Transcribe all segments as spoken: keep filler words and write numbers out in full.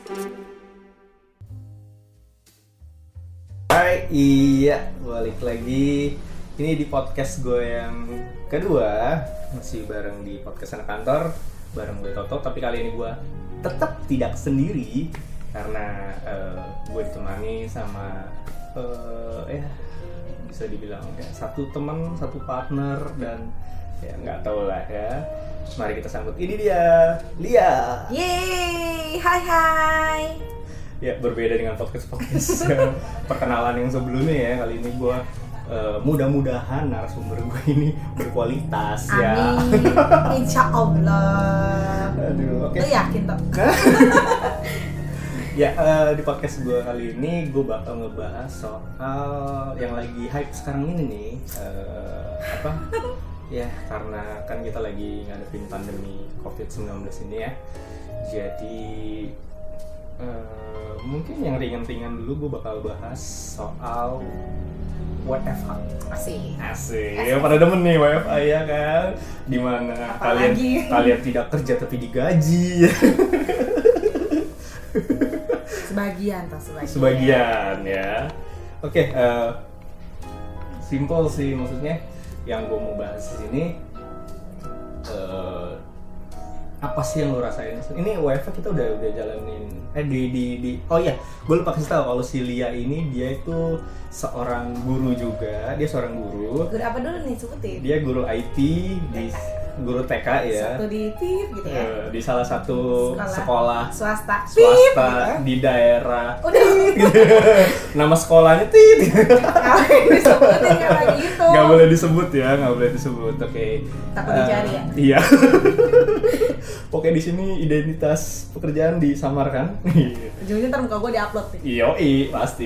Hai, iya, balik lagi. Ini di podcast gue yang kedua, masih bareng di podcast anak kantor, bareng gue Toto. Tapi kali ini gue tetap tidak sendiri karena uh, gue ditemani sama uh, ya bisa dibilang ya, satu teman, satu partner dan ya nggak tahu lah ya. Mari kita sambut, ini dia, Lia. Yeay, hai hai. Ya, berbeda dengan podcast-podcast perkenalan yang sebelumnya ya. Kali ini gue uh, mudah-mudahan narasumber gue ini berkualitas. Amin. Ya. Insya Allah. Aduh, oke. Lo yakin toh? Ya, uh, di podcast gue kali ini gue bakal ngebahas soal yang lagi hype sekarang ini nih. Uh, apa? Ya, karena kan kita lagi ngadepin pandemi covid sembilan belas ini ya. Jadi uh, mungkin yang ringan-ringan dulu gue bakal bahas soal W F H. Asik. Asik. Ya, pada demen nih W F H ya kan. Dimana kalian kalian tidak kerja tapi digaji. Sebagian toh sebagian. Sebagian ya. Oke, uh, simple sih maksudnya. Yang gue mau bahas di sini uh, apa sih yang lo rasain? Ini W F H kita udah udah jalanin eh di di di oh iya, gue lupa kasih tahu kalau si Lia ini dia itu seorang guru juga. Dia seorang guru. Guru apa dulu nih sebutin? Dia guru I T di guru T K ya. Satu di T I P gitu ya. Uh, di salah satu sekolah, sekolah swasta, swasta gitu. Di daerah. Udah. Nama sekolahnya Tit. Nggak boleh disebutin kayak gitu. Nggak boleh disebut ya, nggak boleh disebut. Oke. Okay. Takut dicari ya. Iya. Oke, di sini identitas pekerjaan disamarkan. Ujungnya ntar muka gue diupload nih. Yoi, pasti.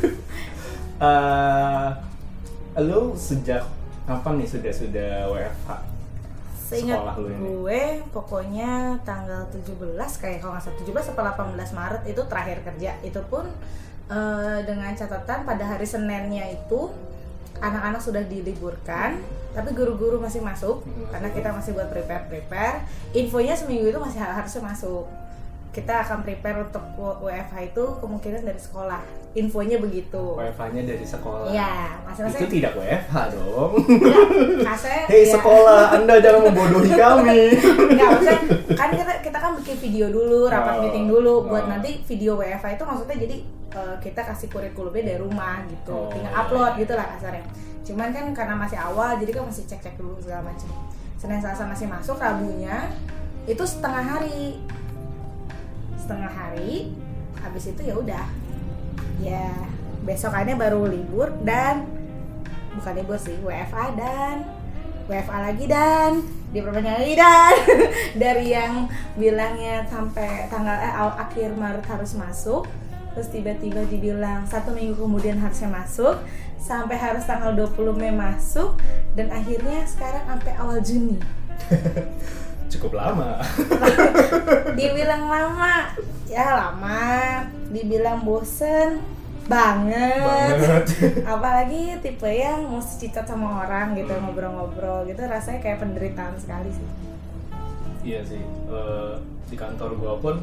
uh, Lu sejak kapan nih sudah sudah W F H? Seingat gue pokoknya tanggal tujuh belas kayak kalau nggak salah tujuh belas atau delapan belas Maret itu terakhir kerja. Itu pun uh, dengan catatan pada hari Seninnya itu anak-anak sudah diliburkan, tapi guru-guru masih masuk hmm. karena kita masih buat prepare-prepare. Infonya seminggu itu masih harusnya masuk. Kita akan prepare untuk W F H itu kemungkinan dari sekolah. Infonya begitu. W F H-nya dari sekolah. Iya, maksudnya itu tidak W F H dong. Enggak, hei ya. Sekolah, Anda jangan membodohi kami. Enggak, maksudnya kan kita kita kan bikin video dulu, rapat oh, meeting dulu buat oh. nanti video W F H itu maksudnya jadi uh, kita kasih kurikulumnya dari rumah gitu. Oh, tinggal iya, upload iya. gitu lah kasarnya. Cuman kan karena masih awal jadi kan masih cek-cek dulu segala macam. Senin Selasa masih masuk, Rabunya itu setengah hari. Setengah hari, habis itu ya udah. Ya, besokannya baru libur dan bukan libur sih, W F A dan W F A lagi dan diperpanjang lagi dan dari yang bilangnya sampai tanggal eh, akhir Maret harus masuk, terus tiba-tiba dibilang satu minggu kemudian harusnya masuk, sampai harus tanggal dua puluh Mei masuk, dan akhirnya sekarang sampai awal Juni. Cukup lama. Dibilang lama, ya lama. Dibilang bosen banget. banget. Apalagi tipe yang mesti cicat sama orang gitu, ngobrol-ngobrol gitu, rasanya kayak penderitaan sekali sih. Iya sih. Uh, di kantor gua pun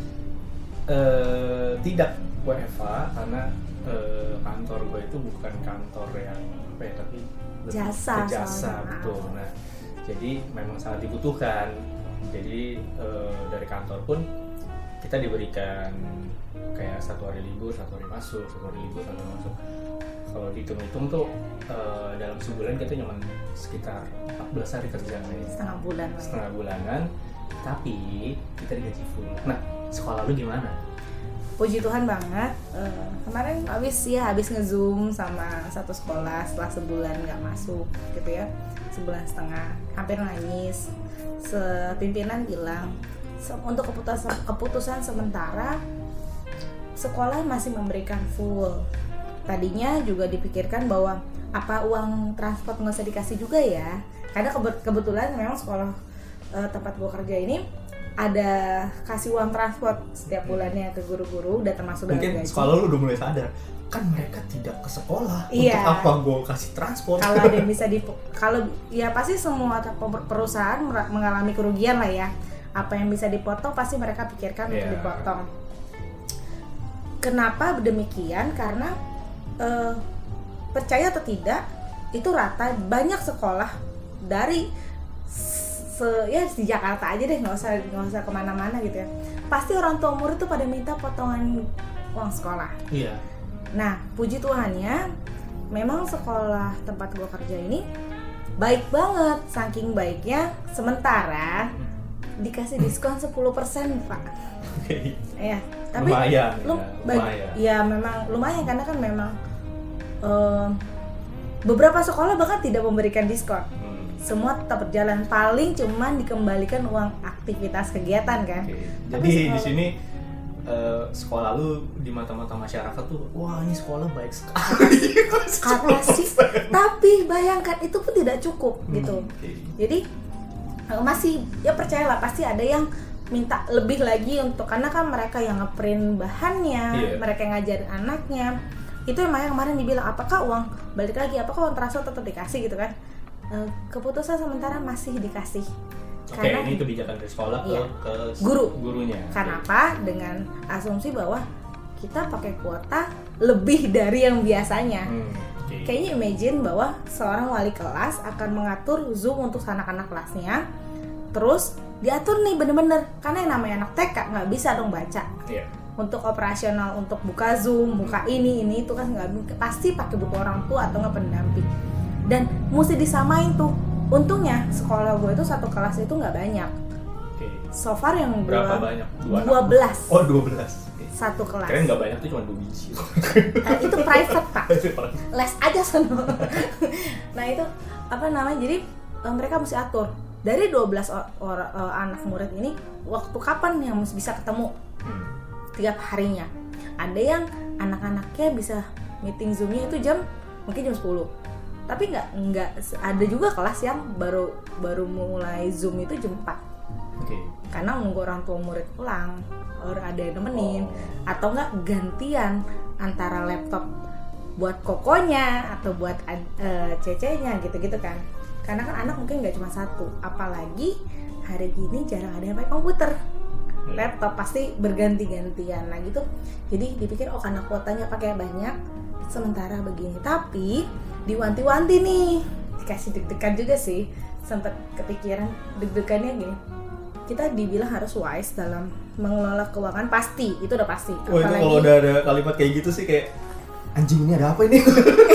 uh, tidak W F H karena uh, kantor gua itu bukan kantor yang apa ya, tapi jasa, jasa betul. Nah, jadi memang sangat dibutuhkan. Jadi uh, dari kantor pun kita diberikan kayak satu hari libur, satu hari masuk, satu hari libur, satu hari masuk. Kalau dihitung-hitung tuh uh, dalam sebulan kita cuma sekitar empat belas hari kerja nih. Setengah bulan lah. Setengah bulanan, tapi kita digaji full. Nah, sekolah lu gimana? Puji Tuhan banget. Uh, kemarin habis ya habis nge-zoom sama satu sekolah setelah sebulan nggak masuk gitu ya. Sebulan setengah, hampir nangis. Sepimpinan bilang untuk keputusan keputusan sementara sekolah masih memberikan full. Tadinya juga dipikirkan bahwa apa uang transport nggak usah dikasih juga ya, karena kebetulan memang sekolah uh, tempat gua kerja ini ada kasih uang transport setiap bulannya ke guru-guru, udah termasuk dalam gaji. Mungkin sekolah lu udah mulai sadar kan mereka tidak ke sekolah, iya. Untuk apa gue kasih transport? Kalau ada yang bisa di, kalau ya pasti semua perusahaan mengalami kerugian lah ya. Apa yang bisa dipotong pasti mereka pikirkan yeah. untuk dipotong. Kenapa demikian? Karena uh, percaya atau tidak, itu rata banyak sekolah dari se ya di Jakarta aja deh, nggak usah nggak usah kemana-mana gitu ya. Pasti orang tua murid tuh pada minta potongan uang sekolah. Iya. Nah, puji Tuhannya, memang sekolah tempat gue kerja ini baik banget, saking baiknya. Sementara dikasih diskon sepuluh persen, Pak. Oke. Ya, tapi lumayan. Lu, ya, bagi, lumayan. ya memang lumayan karena kan memang um, beberapa sekolah bahkan tidak memberikan diskon. Hmm. Semua tetap berjalan, paling cuman dikembalikan uang aktivitas kegiatan kan. Oke. Jadi sekolah, di sini uh, sekolah lu di mata-mata masyarakat tuh, wah ini sekolah baik sekali. Kata sih, tapi bayangkan itu pun tidak cukup hmm, gitu. Okay. Jadi masih ya percayalah pasti ada yang minta lebih lagi untuk, karena kan mereka yang ngeprint bahannya, yeah. mereka yang ngajarin anaknya. Itu yang Maya kemarin dibilang, apakah uang balik lagi, apakah uang transfer tetap dikasih gitu kan? E, keputusan sementara masih dikasih. Oke, okay, ini kebijakan dari sekolah ke, iya, ke guru gurunya. Kenapa? Dengan asumsi bahwa kita pakai kuota lebih dari yang biasanya. Hmm, okay. Kayaknya imagine bahwa seorang wali kelas akan mengatur Zoom untuk anak-anak kelasnya, terus diatur nih bener-bener, karena yang namanya anak T K nggak bisa dong baca. Yeah. Untuk operasional, untuk buka Zoom, buka ini ini itu kan nggak, pasti pakai buku orang tua atau nggak pendamping. Dan mesti disamain tuh. Untungnya sekolah gue itu satu kelas itu nggak banyak. Okay. So far yang berapa dua, banyak? dua belas. Oh dua belas. Okay. Satu kelas. Keren nggak banyak tuh cuma dua biji. uh, itu private Pak. Les aja sono. Nah itu apa namanya? Jadi uh, mereka mesti atur. Dari dua belas or, or, uh, anak murid ini, waktu kapan yang bisa ketemu? Hmm. Tiap harinya. Ada yang anak-anaknya bisa meeting Zoom-nya itu jam mungkin jam sepuluh. Tapi nggak nggak ada juga kelas yang baru baru mulai Zoom itu jam empat. Okay. Karena nunggu orang tua murid pulang, orang ada yang nemenin, oh. atau nggak gantian antara laptop buat kokonya atau buat uh, cecenya gitu-gitu kan. Karena kan anak mungkin nggak cuma satu, apalagi hari gini jarang ada yang pakai komputer, laptop pasti berganti-gantian. Nah gitu, jadi dipikir oh karena kuotanya pakai banyak, sementara begini. Tapi diwanti-wanti nih, dikasih deg-degan juga sih, sempat kepikiran deg-degannya gini. Kita dibilang harus wise dalam mengelola keuangan, pasti itu udah pasti. Oh itu kalau udah ada kalimat kayak gitu sih kayak anjing ini ada apa ini?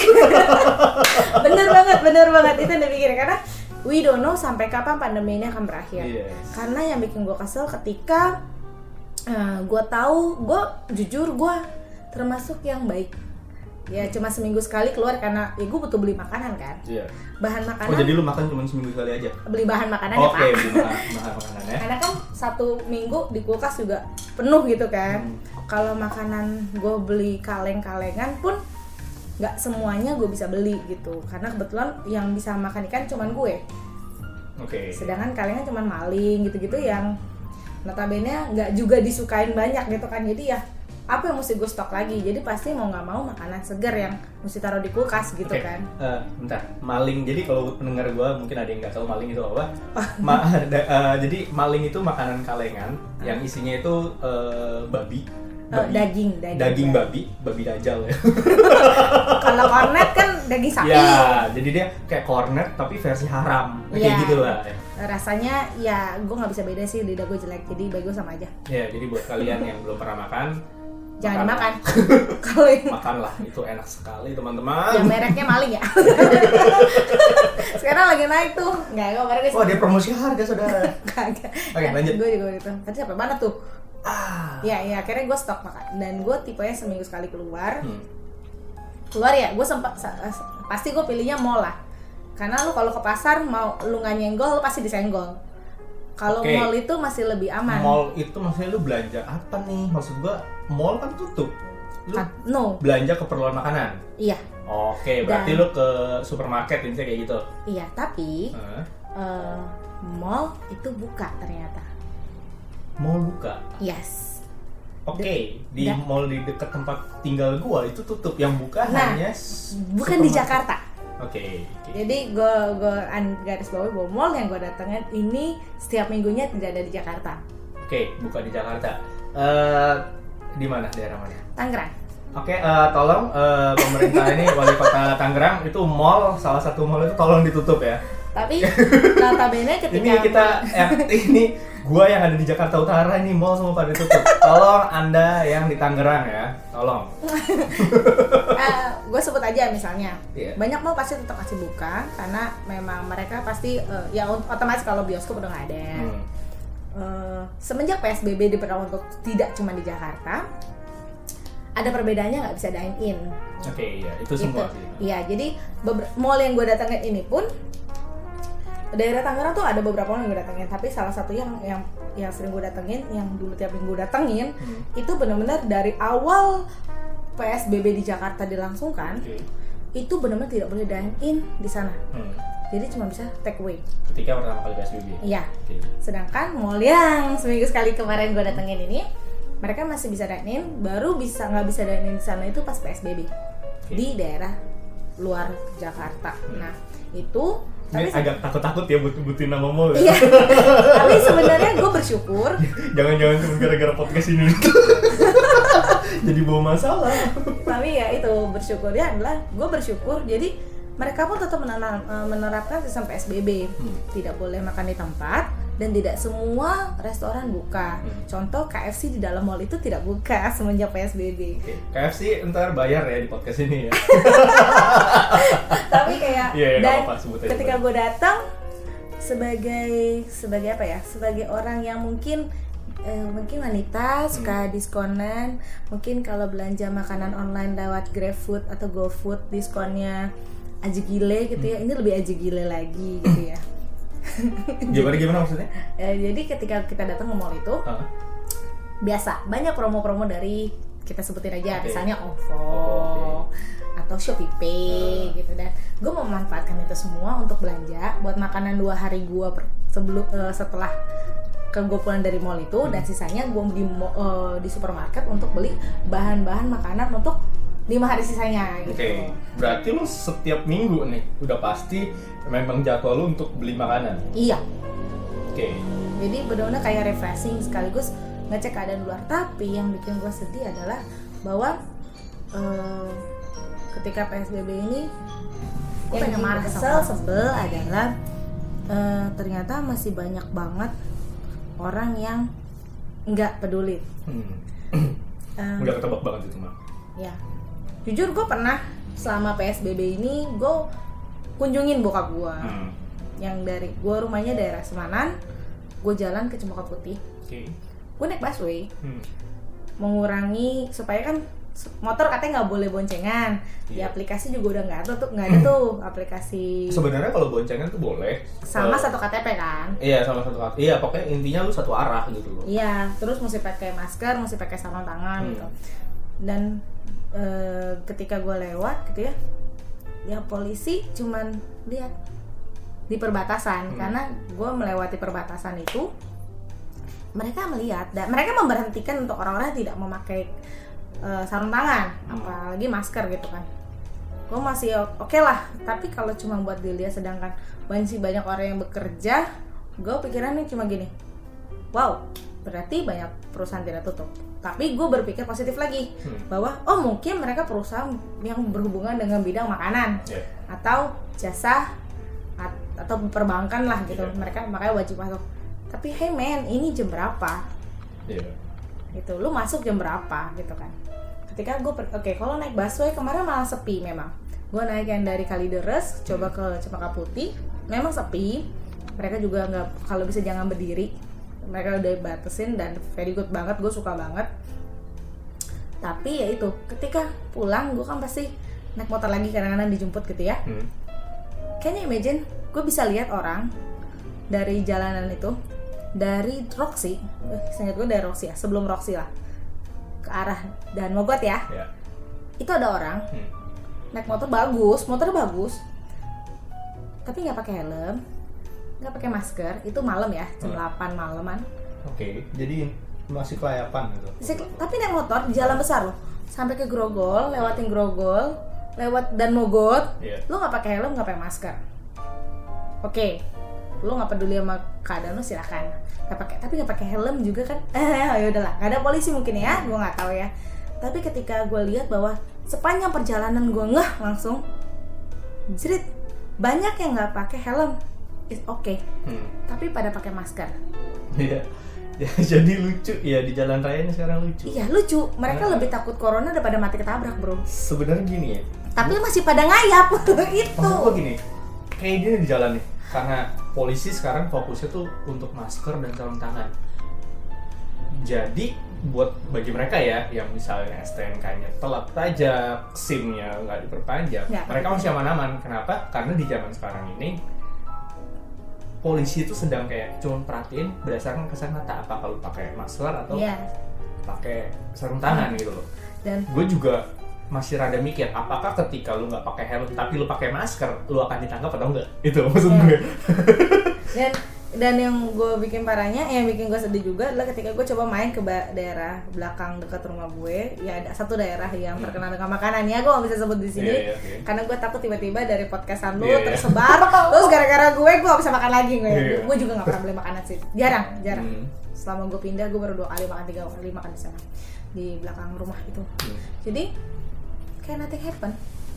bener banget, bener banget itu yang dipikirin karena we don't know sampai kapan pandemi ini akan berakhir. Yes. Karena yang bikin gue kesel ketika uh, gue tahu, gue jujur gue termasuk yang baik. Ya cuma seminggu sekali keluar karena ya gue butuh beli makanan kan. Iya. Bahan makanan. Oh jadi lu makan cuma seminggu sekali aja? Beli bahan makanan oh, ya Pak. Oke, beli bahan, bahan makanannya. Karena kan satu minggu di kulkas juga penuh gitu kan. Hmm. Kalau makanan gue beli kaleng-kalengan pun nggak semuanya gue bisa beli gitu. Karena kebetulan yang bisa makan ikan cuman gue. Oke. Okay. Sedangkan kalengan cuman maling gitu-gitu yang notabene nggak juga disukain banyak gitu kan. Jadi ya apa yang mesti gue stok lagi, jadi pasti mau nggak mau makanan segar yang mesti taruh di kulkas gitu okay. kan. Uh, bentar, maling, jadi kalau pendengar gue mungkin ada yang nggak tahu maling itu apa. Ma- da, uh, jadi maling itu makanan kalengan uh. yang isinya itu uh, babi, babi. Uh, daging, daging, daging babi, babi dajal ya. Kalau kornet kan daging sapi. Ya, jadi dia kayak kornet tapi versi haram, kayak ya. gitu lah. Rasanya ya gue nggak bisa beda sih, lidah gue jelek, jadi bagi gue sama aja. Ya, jadi buat kalian yang belum pernah makan, jangan dimakan. Kalau makanlah, itu enak sekali teman-teman. Yang mereknya maling ya. Sekarang lagi naik tuh. Enggak, kemarin guys. Oh, dia promosi harga saudara. Kagak. Oke, lanjut. Gue juga gitu. Tadi sampai mana tuh? Ah. Ya, ya akhirnya gue stok makan. Dan gue tipenya seminggu sekali keluar. Hmm. Keluar ya, gue sempat pasti gue pilihnya mall lah. Karena lu kalau ke pasar mau lu nggak nyenggol, lu pasti disenggol. Kalau okay. mall itu masih lebih aman. Mall itu maksudnya lu belanja apa nih? Maksud gua mall kan tutup. Lu no. belanja keperluan makanan. Iya. Oke, okay, berarti Dan, lu ke supermarket intinya kayak gitu. Iya, tapi huh? uh, mall itu buka ternyata. Mall buka? Yes. Oke, okay. di da- mall di dekat tempat tinggal gua itu tutup. Yang buka nah, hanya bukan di Jakarta. Oke. Okay, okay. Jadi gue gue garis bawahi bahwa mall yang gue datangin ini setiap minggunya tidak ada di Jakarta. Oke, okay, buka di Jakarta. Uh, di mana? Daerah mana? Tangerang. Oke, uh, tolong uh, pemerintah ini wali kota Tangerang itu mall, salah satu mall itu tolong ditutup ya. Tapi notabene ketika ini kita eh, ini gua yang ada di Jakarta Utara ini mall semua pada tutup. Tolong Anda yang di Tangerang ya, tolong. uh, gue sebut aja misalnya, yeah. banyak mall pasti tetap masih buka karena memang mereka pasti uh, ya otomatis kalau bioskop udah nggak ada. Hmm. Uh, semenjak P S B B diberlakukan tidak cuma di Jakarta, ada perbedaannya nggak bisa dine in. Oke, okay, iya itu semua gitu. sih. Iya, jadi beber- mall yang gue datangin ini pun daerah Tangerang tuh ada beberapa mall yang gue datengin, tapi salah satu yang yang yang sering gue datengin, yang dulu tiap minggu datengin, hmm. itu benar-benar dari awal P S B B di Jakarta dilangsungkan, okay. itu benar-benar tidak boleh dine in di sana. Hmm. Jadi cuma bisa take away. Ketika pertama kali P S B B. Iya. Okay. Sedangkan mall yang seminggu sekali kemarin gue datengin ini, mereka masih bisa dine in, baru bisa nggak bisa dine in di sana itu pas P S B B okay. di daerah luar Jakarta. Hmm. Nah itu ini tapi agak takut-takut ya butuh-butuhin nama mall ya. ya. Iya. Tapi sebenarnya gue bersyukur. Jangan-jangan cuma gara-gara podcast ini jadi bawa masalah. Tapi ya itu bersyukurnya adalah gue bersyukur jadi mereka pun tetap menerapkan sistem P S B B. Hmm. Tidak boleh makan di tempat dan tidak semua restoran buka. Hmm. Contoh K F C di dalam mall itu tidak buka semenjak P S B B. Okay. K F C ntar bayar ya di podcast ini ya. Tapi kayak yeah, yeah, dan apa, ketika gue datang sebagai sebagai apa ya? Sebagai orang yang mungkin eh, mungkin wanita suka hmm. diskonan. Mungkin kalau belanja makanan online lewat GrabFood atau GoFood diskonnya aja gile gitu ya. Hmm. Ini lebih aja gile lagi gitu ya. Gimana gimana maksudnya? Eh, jadi ketika kita datang ke mall itu huh? biasa banyak promo-promo dari kita sebutin aja okay. misalnya O V O oh, okay. atau ShopeePay uh. gitu dan gue memanfaatkan itu semua untuk belanja buat makanan dua hari gue sebelum uh, setelah ke gue pulang dari mall itu hmm. dan sisanya gue di uh, di supermarket untuk beli bahan-bahan makanan untuk lima hari sisanya gitu. Oke, okay. Berarti lu setiap minggu nih udah pasti memang jadwal lu untuk beli makanan? Iya. Oke. Okay. Jadi benar-benar kayak refreshing sekaligus ngecek keadaan luar. Tapi yang bikin gue sedih adalah bahwa uh, ketika P S B B ini gue pengen marah kesel sebel adalah uh, ternyata masih banyak banget orang yang nggak peduli. Hmm. um, Udah ketebak banget itu mah. Ya. Jujur gue pernah selama P S B B ini gue kunjungin bokap gue hmm. yang dari gue rumahnya daerah Semanan, gue jalan ke Cempaka Putih, okay. gue naik busway, hmm. mengurangi supaya kan motor katanya nggak boleh boncengan, yeah. di aplikasi juga udah nggak ada tuh nggak ada tuh aplikasi. Sebenarnya kalau boncengan tuh boleh. Sama uh, satu K T P kan? Iya sama satu K T P. Iya pokoknya intinya lu satu arah gitu loh. Iya, terus mesti pakai masker, mesti pakai sarung tangan hmm. gitu. Dan e, ketika gue lewat gitu ya, ya polisi cuman lihat di perbatasan hmm. karena gue melewati perbatasan itu, mereka melihat dan mereka memberhentikan untuk orang-orang yang tidak memakai e, sarung tangan, hmm. apalagi masker gitu kan. Gue masih oke okay lah, tapi kalau cuma buat dilihat sedangkan masih banyak orang yang bekerja, gue pikirannya cuma gini, wow, berarti banyak perusahaan tidak tutup. Tapi gue berpikir positif lagi hmm. bahwa oh mungkin mereka perusahaan yang berhubungan dengan bidang makanan yeah. atau jasa at- atau perbankan lah gitu, yeah. mereka makanya wajib masuk. Tapi hey man, ini jam berapa? Yeah. Gitu, lu masuk jam berapa gitu kan? Ketika gue per- oke okay, kalau naik busway kemarin malah sepi memang. Gue naik yang dari Kalideres hmm. coba ke Cempaka Putih, memang sepi. Mereka juga nggak, kalau bisa jangan berdiri. Mereka udah batasin dan very good banget, gue suka banget. Tapi ya itu, ketika pulang gue kan pasti naik motor lagi kadang-kadang dijemput gitu ya. Hmm. Can you imagine, gue bisa lihat orang dari jalanan itu, dari Roxy, eh, seingat gue dari Roxy ya, sebelum Roxy lah, ke arah Dan Mogot ya. Yeah. Itu ada orang hmm. naik motor bagus, motor bagus, tapi nggak pakai helm. Nggak pakai masker, itu malam ya, jam hmm. delapan malaman. Oke, okay, jadi masih kelayapan gitu. Tapi naik motor di jalan besar loh, sampai ke Grogol, lewatin Grogol, lewat Dan Mogot, yeah. lu nggak pakai helm, nggak pakai masker. Oke, okay. lu nggak peduli sama keadaan lu silakan nggak pakai, tapi nggak pakai helm juga kan eh ya udahlah, nggak ada polisi mungkin ya, gue nggak tahu ya. Tapi ketika gue lihat bahwa sepanjang perjalanan gue ngeh langsung jerit, banyak yang nggak pakai helm, it's okay, hmm. tapi pada pakai masker. Iya. Ya, jadi lucu ya, di jalan raya ini sekarang lucu. Iya lucu, mereka nah, lebih takut corona daripada mati ketabrak bro. Sebenarnya gini ya. Tapi gua, masih pada ngayap itu. Maksud gua gini, kayak gini di jalan nih, karena polisi sekarang fokusnya tuh untuk masker dan sarung tangan. Jadi buat bagi mereka ya, yang misalnya S T N K-nya telat aja, SIM-nya nggak diperpanjang, ya, mereka masih aman-aman. Kenapa? Karena di zaman sekarang ini polisi itu sedang kayak cuma perhatiin berdasarkan kesan mata, apa kalau pakai masker atau yeah. pakai sarung tangan gitu loh. Dan gue juga masih rada mikir, apakah ketika lu nggak pakai helm tapi lu pakai masker, lu akan ditangkap atau enggak? Itu maksud yeah. gue. dan dan yang gue bikin parahnya, yang bikin gue sedih juga adalah ketika gue coba main ke ba- daerah belakang dekat rumah gue, ya ada satu daerah yang terkenal dengan makanannya, gue nggak bisa sebut di sini, yeah, yeah, okay. karena gue takut tiba-tiba dari podcastan lu yeah, tersebar, yeah. terus gara-gara gue gue nggak bisa makan lagi, gue, yeah. gue juga nggak pernah beli makanan sih, jarang, jarang. Mm. Selama gue pindah, gue baru dua kali makan, tiga kali makan di sana, di belakang rumah itu. Mm. Jadi kayak nothing happen,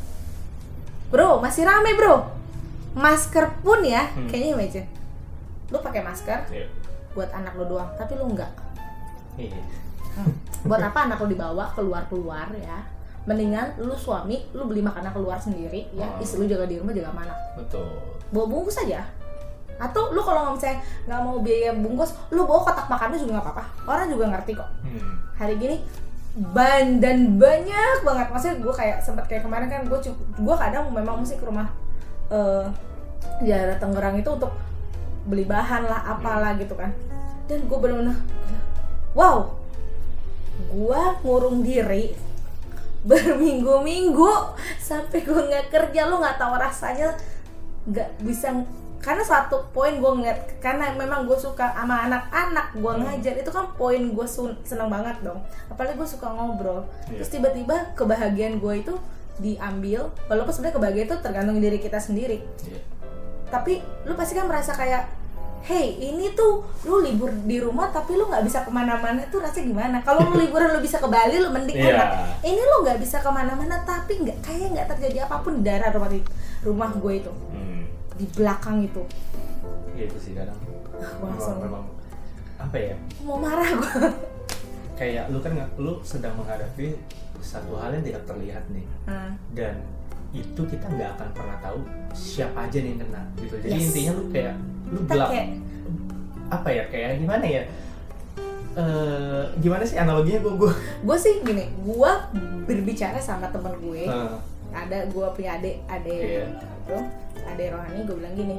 bro, masih rame bro, masker pun ya, mm. kayaknya imagine. Lu pakai masker yeah. buat anak lu doang, tapi lu enggak. Yeah. Hmm. Buat apa anak lu dibawa keluar-keluar ya? Mendingan lu suami, lu beli makanan keluar sendiri ya, oh. istri lu jaga di rumah, jaga sama anak. Betul. Bawa bungkus aja. Atau lu kalau nggak misalnya nggak mau biaya bungkus, lu bawa kotak makannya juga nggak apa-apa. Orang juga ngerti kok. Hmm. Hari gini ban dan banyak banget. Maksudnya gue kayak sempat kayak kemarin kan gue gue kadang memang mesti ke rumah uh, di daerah Tangerang itu untuk beli bahan lah apalah gitu kan, dan gue bener-bener wow, gue ngurung diri berminggu-minggu sampai gue nggak kerja, lu nggak tahu rasanya nggak bisa. Karena satu poin gue ngeliat, karena memang gue suka sama anak-anak, gue ngajar itu kan poin gue seneng banget dong, apalagi gue suka ngobrol. Terus tiba-tiba kebahagiaan gue itu diambil, walaupun sebenarnya kebahagiaan itu tergantung diri kita sendiri. Tapi lu pasti kan merasa kayak, hey ini tuh lu libur di rumah tapi lu nggak bisa kemana-mana, itu rasanya gimana? Kalau lu liburan lu bisa ke Bali, lu mending enak. Yeah. Ini lu nggak bisa kemana-mana tapi nggak, kayak nggak terjadi apapun di daerah rumah rumah gue itu, hmm. di belakang itu. Iya itu sih kadang. Memang, memang apa ya? Mau marah gue. Kayak lu kan lu sedang menghadapi satu hal yang tidak terlihat nih, hmm. dan itu kita nggak akan pernah tahu siapa aja nih yang kena gitu. Jadi yes. intinya lu kayak lu gelap kayak, apa ya, kayak gimana ya, uh, gimana sih analoginya gue gue gue sih gini, gue berbicara sama temen gue, uh. ada gue punya adik adik yeah. itu adik rohani, gue bilang gini,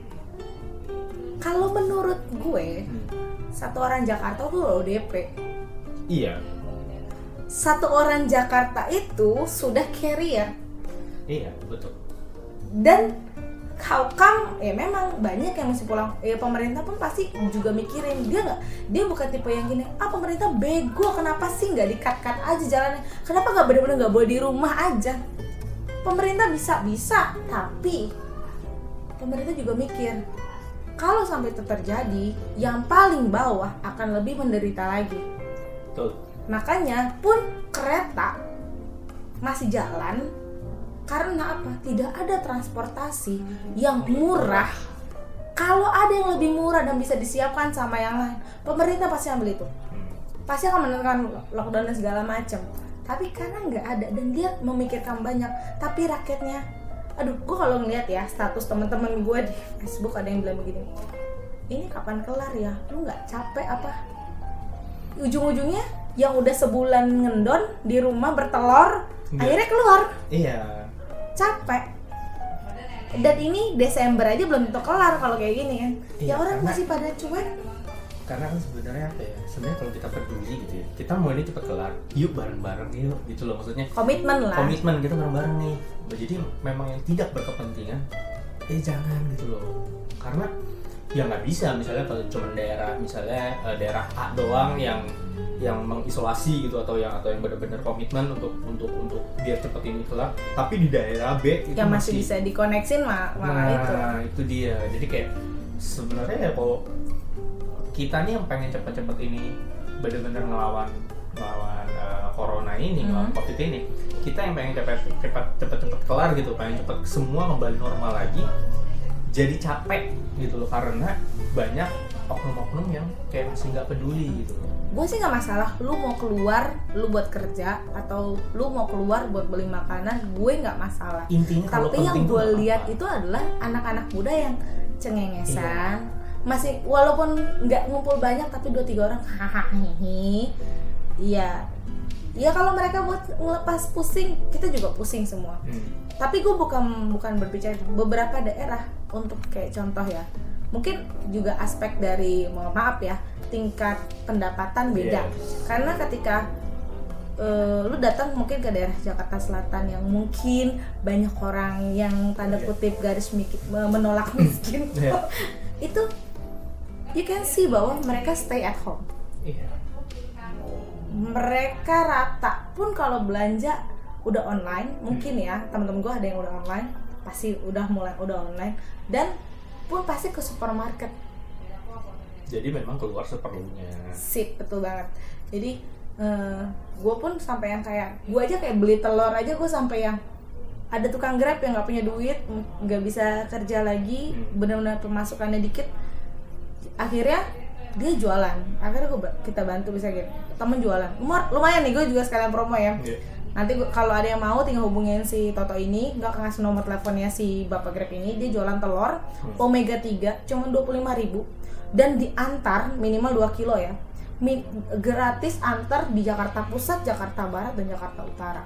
kalau menurut gue hmm. satu orang Jakarta tuh O D P. Iya. Satu orang Jakarta itu sudah carrier. Iya, betul. Dan how come ya memang banyak yang mesti pulang. Ya pemerintah pun pasti juga mikirin, dia nggak, dia bukan tipe yang gini, ah pemerintah bego, kenapa sih nggak di-cut-cut aja jalannya, kenapa nggak benar-benar nggak boleh di rumah aja. Pemerintah bisa bisa, tapi pemerintah juga mikir kalau sampai itu terjadi, yang paling bawah akan lebih menderita lagi. Betul. Makanya pun kereta masih jalan. Karena apa? Tidak ada transportasi yang murah. Kalau ada yang lebih murah dan bisa disiapkan sama yang lain, pemerintah pasti ambil itu. Pasti akan menekan lockdown dan segala macam. Tapi karena nggak ada dan dia memikirkan banyak, tapi rakyatnya, aduh, gue kalau ngeliat ya status teman-teman gue di Facebook ada yang bilang begini, ini kapan kelar ya? Lu nggak capek apa? Ujung-ujungnya yang udah sebulan ngendon di rumah bertelur, nggak. Akhirnya keluar. Iya. Capek. Dan ini Desember aja belum tentu kelar kalau kayak gini kan. Iya, ya orang karena, masih pada cuek. Karena kan sebenarnya apa ya? Sebenarnya kalau kita peduli gitu ya, kita mau ini cepat kelar. Yuk bareng-bareng yuk gitu loh, maksudnya. Komitmen lah. Komitmen gitu bareng-bareng nih. Jadi memang yang tidak berkepentingan, eh jangan gitu loh. Karena ya nggak bisa, misalnya kalau cuma daerah misalnya uh, daerah A doang yang yang mengisolasi gitu, atau yang atau yang benar-benar komitmen untuk untuk untuk biar cepet ini kelar, tapi di daerah B itu yang masih, masih bisa dikoneksin mah malah nah, itu itu dia. Jadi kayak sebenarnya ya kalau kita nih yang pengen cepet-cepet ini bener-bener ngelawan ngelawan uh, corona ini, ngelawan Hmm. covid ini, kita yang pengen cepet cepet cepet-cepet kelar gitu, pengen cepet semua kembali normal lagi, jadi capek gitu loh karena banyak oknum-oknum yang kayak masih nggak peduli gitu loh. Gue sih nggak masalah, lu mau keluar, lu buat kerja atau lu mau keluar buat beli makanan, gue nggak masalah. Intinya kalau Tapi yang penting tuh gue nggak lihat apa-apa. itu adalah anak-anak muda yang cengengesan, Iya. masih walaupun nggak ngumpul banyak tapi dua tiga orang, hahaha, hihi. Iya, iya kalau mereka buat ngelepas pusing, kita juga pusing semua. Hmm. Tapi gue bukan bukan berbicara beberapa daerah untuk kayak contoh ya. Mungkin juga aspek dari, mohon maaf ya, tingkat pendapatan beda. Yes. Karena ketika uh, lu datang mungkin ke daerah Jakarta Selatan yang mungkin banyak orang yang tanda Yeah. kutip garis mikir menolak miskin, Yeah. itu you can see bahwa mereka stay at home. Iya. Mereka rata pun kalau belanja udah online, mungkin ya teman-teman gue ada yang udah online, pasti udah mulai udah online, dan pun pasti ke supermarket. Jadi memang keluar seperlunya. Sip, betul banget. Jadi uh, gue pun sampai yang kayak gue aja kayak beli telur aja gue sampai yang ada tukang Grab yang nggak punya duit, nggak bisa kerja lagi, Hmm. benar-benar pemasukannya dikit, akhirnya dia jualan. Akhirnya gue kita bantu bisa gitu. Temen jualan, Umar lumayan nih, gue juga sekalian promo ya. Yeah. Nanti gua, kalau ada yang mau tinggal hubungin si Toto ini, nggak ngasih nomor teleponnya si Bapak Grab ini. Dia jualan telur Hmm. omega tiga cuma dua puluh lima ribu dan diantar minimal dua kilo ya. Mi- gratis antar di Jakarta Pusat, Jakarta Barat dan Jakarta Utara.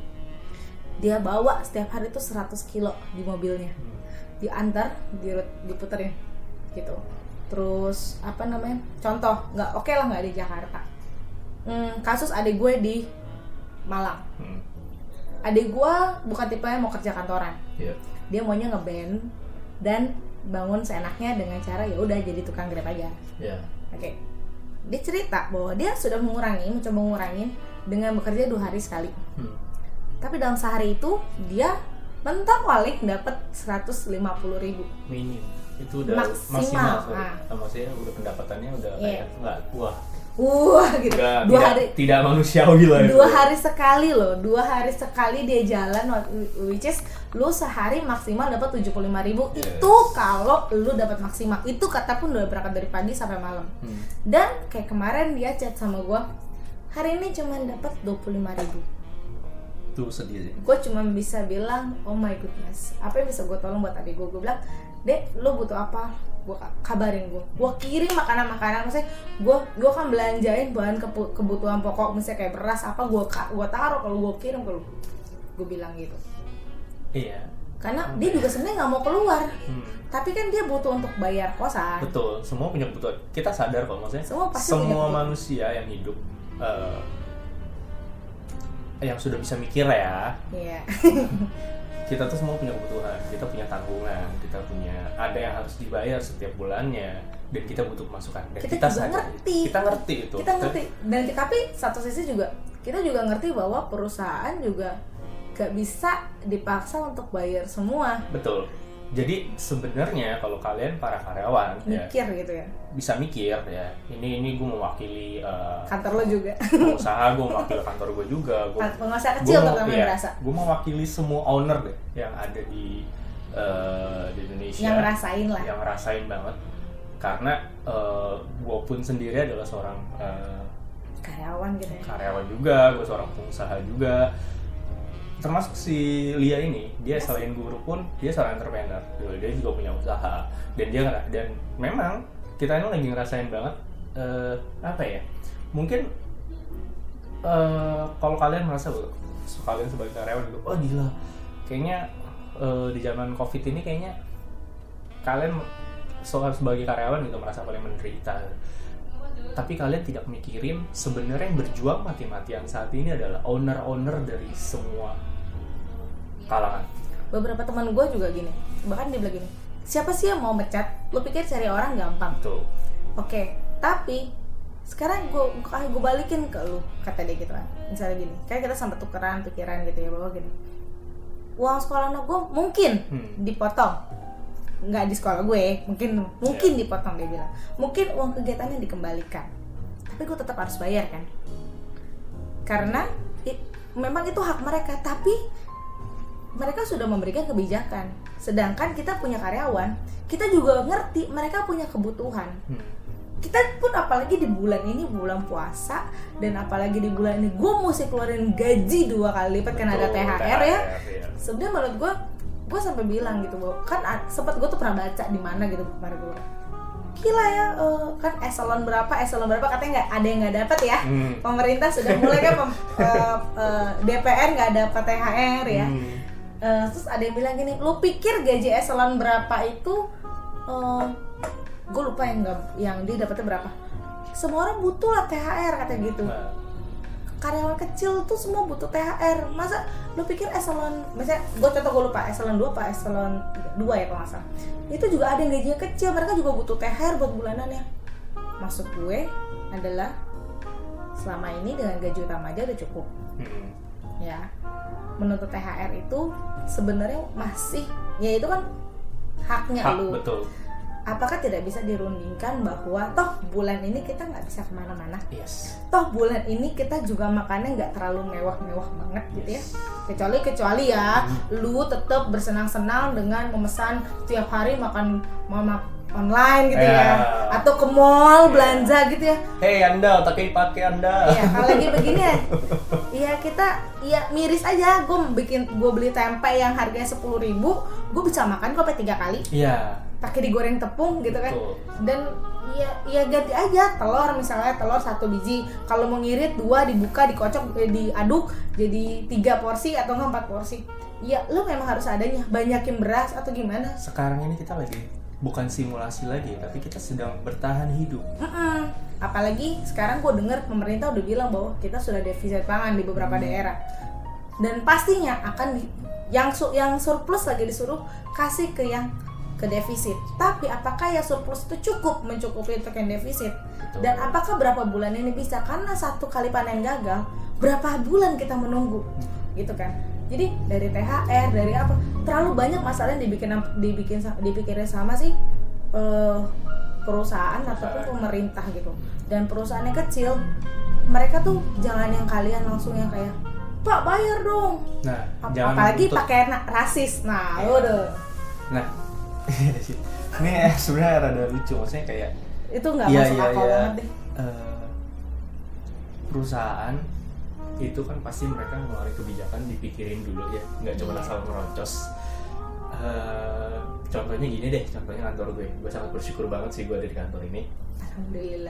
Dia bawa setiap hari tuh seratus kilo di mobilnya. Hmm. Diantar, dirut- diputerin gitu. Terus apa namanya? Contoh, nggak oke lah nggak di Jakarta. Hmm, kasus adik gue di Malang. Hmm. Adik gue bukan tipe yang mau kerja kantoran. Iya. Dia maunya ngeband dan bangun seenaknya dengan cara ya udah jadi tukang Grab aja. Iya. Oke. Dia cerita bahwa dia sudah mengurangi, mencoba mengurangin dengan bekerja dua hari sekali. Hmm. Tapi dalam sehari itu dia mentok walik dapat seratus lima puluh ribu. Minim. Itu udah Maksimal. maksimal. sorry. Ah. Nah, maksudnya udah pendapatannya udah Iya. kayak nggak wah. Wah gitu. Nggak- Dua tidak, hari tidak manusiawi lah itu. dua hari sekali loh, dua hari sekali dia jalan, which is lu sehari maksimal dapat tujuh puluh lima ribu. Yes. Itu kalau lu dapat maksimal, itu kata pun udah berangkat dari pagi sampai malam. Hmm. Dan kayak kemarin dia chat sama gua, hari ini cuma dapat dua puluh lima ribu. Tuh sedih sih. Gue cuma bisa bilang oh my goodness, apa yang bisa gue tolong buat adik gue? Gue bilang, Dek, lo butuh apa? Gue kabarin gue, gue kirim makanan-makanan, maksudnya gue gue kan belanjain bahan kepu- kebutuhan pokok, misalnya kayak beras apa, gue gue taruh kalau gue kirim ke lu, gue bilang gitu. Iya. Karena dia juga sebenarnya nggak mau keluar, Hmm. tapi kan dia butuh untuk bayar kosan. Betul, semua punya kebutuhan. Kita sadar kok, maksudnya Semua pasti punya semua kebutuhan. manusia yang hidup eh, yang sudah bisa mikir ya, Iya. kita tuh semua punya kebutuhan, kita punya tanggungan, kita punya ada yang harus dibayar setiap bulannya, dan kita butuh masukan. Dan Kita kita, juga sadar, ngerti. kita ngerti itu. Kita ngerti, dan tapi satu sisi juga kita juga ngerti bahwa perusahaan juga gak bisa dipaksa untuk bayar semua. Betul. Jadi sebenarnya kalau kalian para karyawan ya Mikir gitu ya, bisa mikir ya, ini ini gue mewakili eh, kantor lo juga. pengusaha, gue mewakili kantor gue juga, gue Pengusaha kecil Gua mau- terutama iya, yang berasa, gue mewakili semua owner deh yang ada di eh, di Indonesia yang ngerasain lah. yang ngerasain banget, karena eh, gue pun sendiri adalah seorang eh, Karyawan gitu ya. karyawan juga, gue seorang pengusaha juga, termasuk si Lia ini, dia Yes. selain guru pun dia seorang entrepreneur, dia juga punya usaha, dan dia ngera- dan memang kita ini lagi ngerasain banget eh, apa ya, mungkin eh, kalau kalian merasa kalian sebagai karyawan gitu, oh gila, kayaknya eh, di zaman COVID ini kayaknya kalian soal sebagai karyawan gitu merasa paling menderita. Tapi kalian tidak mikirin sebenarnya yang berjuang mati-matian saat ini adalah owner-owner dari semua kalangan. Beberapa teman gue juga gini, bahkan dia bilang gini, siapa sih yang mau mecat? Lo pikir cari orang gampang? Betul. Oke, tapi sekarang gue gue balikin ke lu, kata dia gitu kan. Misalnya gini, kayak kita sampai tukeran pikiran gitu ya, bahwa gini, uang sekolah anak gue mungkin Hmm. dipotong, nggak di sekolah gue, mungkin mungkin yeah. dipotong, dia bilang mungkin uang kegiatannya dikembalikan, tapi gue tetap harus bayar kan, karena it, memang itu hak mereka, tapi mereka sudah memberikan kebijakan, sedangkan kita punya karyawan, kita juga ngerti mereka punya kebutuhan. hmm. Kita pun apalagi di bulan ini bulan puasa, dan apalagi di bulan ini gue mesti keluarin gaji dua kali lipat karena ada T H R ya. Sebenarnya menurut gue, gue sampai bilang gitu, bahwa kan sempat gue tuh pernah baca di mana gitu kemarin, gue gila ya, uh, kan eselon berapa eselon berapa katanya nggak ada yang nggak dapat ya. hmm. Pemerintah sudah mulai kan pem, uh, uh, D P R nggak dapat T H R ya. hmm. uh, terus ada yang bilang gini, lu pikir gaji eselon berapa itu uh, gue lupa yang nggak, yang dia dapatnya berapa, semua orang butuh lah T H R katanya gitu. Karyawan kecil tuh semua butuh T H R, masa lu pikir eselon, misalnya gue contoh gue lupa eselon dua apa eselon dua ya kalau nggak salah, itu juga ada yang gajinya kecil, mereka juga butuh T H R buat bulanannya. Maksud gue adalah selama ini dengan gaji utama aja udah cukup. hmm. Ya, menuntut T H R itu sebenarnya masih, ya itu kan haknya Hak, lu. Betul. Apakah tidak bisa dirundingkan bahwa toh bulan ini kita nggak bisa kemana-mana, yes. toh bulan ini kita juga makannya nggak terlalu mewah-mewah banget gitu ya, kecuali kecuali ya hmm. lu tetap bersenang-senang dengan memesan tiap hari makan mama online gitu yeah. ya, atau ke mall yeah. belanja gitu ya. Hei anda, otaknya pakai anda. Iya, kalau lagi begini ya, iya kita, ya miris aja. Gue bikin, gue beli tempe yang harganya sepuluh ribu, gue bisa makan kok sampai tiga kali. Iya. Yeah. Pakai digoreng tepung gitu kan. Betul. Dan ya ya ganti aja telur, misalnya telur satu biji, kalau mau ngirit dua dibuka dikocok eh, diaduk jadi tiga porsi atau enggak empat porsi. Ya lu memang harus adanya, banyakin beras atau gimana. Sekarang ini kita lagi bukan simulasi lagi, tapi kita sedang bertahan hidup. Mm-mm. Apalagi sekarang gue dengar pemerintah udah bilang bahwa kita sudah defisit pangan di beberapa hmm. daerah, dan pastinya akan di, yang su, yang surplus lagi disuruh kasih ke yang ke defisit. Tapi apakah ya surplus itu cukup mencukupi untuk yang defisit? Betul. Dan apakah berapa bulan ini bisa? Karena satu kali panen gagal, berapa bulan kita menunggu, gitu kan? Jadi dari T H R, dari apa, terlalu banyak masalah yang dibikin dibikin dipikirin sama sih uh, perusahaan ataupun pemerintah gitu. Dan perusahaannya kecil, mereka tuh jangan yang kalian langsung yang kayak Pak bayar dong. Nah, Ap- apalagi untuk... pakai na- rasis. Nah, lo udah. Nah, ini sebenarnya rada lucu, maksudnya kayak itu nggak ya, masuk ya, akal ya. banget deh. Uh, perusahaan itu kan pasti mereka ngeluarin kebijakan dipikirin dulu ya, nggak cuma yeah. asal merocos. Uh, contohnya gini deh, contohnya kantor gue, gue sangat bersyukur banget sih gue ada di kantor ini. Alhamdulillah.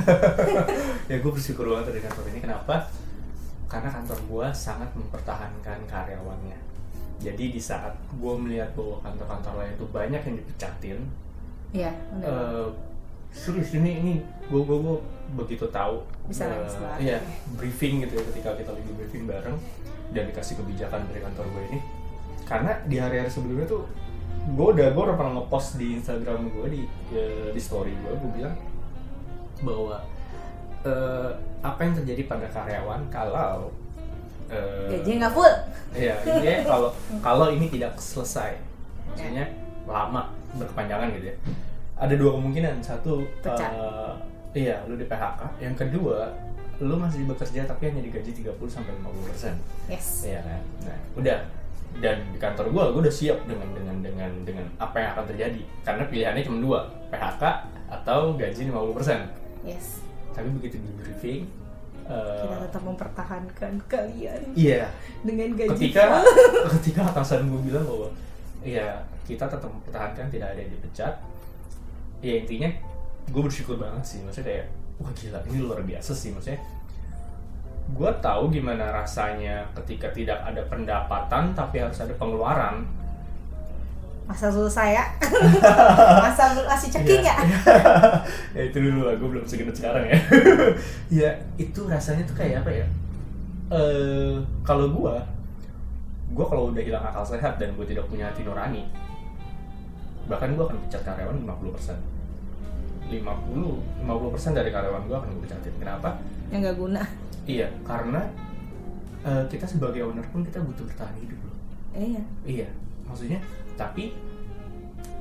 Ya gue bersyukur banget ada di kantor ini. Kenapa? Karena kantor gue sangat mempertahankan karyawannya. Jadi di saat gue melihat bahwa kantor-kantor lain itu banyak yang dipecatin, iya. Yeah, uh, serius ini ini gue gue gue begitu tahu. Bisa uh, iya, briefing gitu ya, ketika kita lagi briefing bareng dan dikasih kebijakan dari kantor gue ini. Karena di hari-hari sebelumnya tuh gue udah gue udah pernah ngepost di Instagram gue di uh, di story gue, gue bilang bahwa uh, apa yang terjadi pada karyawan kalau Uh, gajinya nggak full. Iya, intinya kalau kalau ini tidak selesai, maksudnya lama berkepanjangan gitu ya. Ada dua kemungkinan, satu uh, iya lu di P H K, yang kedua lu masih bekerja tapi hanya digaji tiga puluh sampai lima puluh persen. Yes. Iya kan. Nah, udah. Dan di kantor gua, gua udah siap dengan dengan dengan dengan apa yang akan terjadi. Karena pilihannya cuma dua, P H K atau gaji lima puluh persen. Yes. Tapi begitu di briefing, kita uh, tetap mempertahankan kalian. Iya. Dengan gaji. Ketika ketika atasan gue bilang bahwa iya kita tetap mempertahankan, tidak ada yang dipecat. Ya intinya gue bersyukur banget sih, maksudnya kayak wah gila ini luar biasa sih, maksudnya gue tahu gimana rasanya ketika tidak ada pendapatan tapi harus ada pengeluaran. Masa dulu saya masa dulu masih ceking ya. Ya itu dulu lah, gue belum segenap sekarang ya. Ya itu rasanya tuh kayak apa ya, uh, kalau gue gue kalau udah hilang akal sehat dan gue tidak punya hati nurani, bahkan gue akan pecat karyawan lima puluh persen lima puluh persen dari karyawan gue akan gue pecatin. Kenapa? Yang gak guna. Iya, karena uh, kita sebagai owner pun kita butuh bertahan hidup loh. Iya. Iya, maksudnya tapi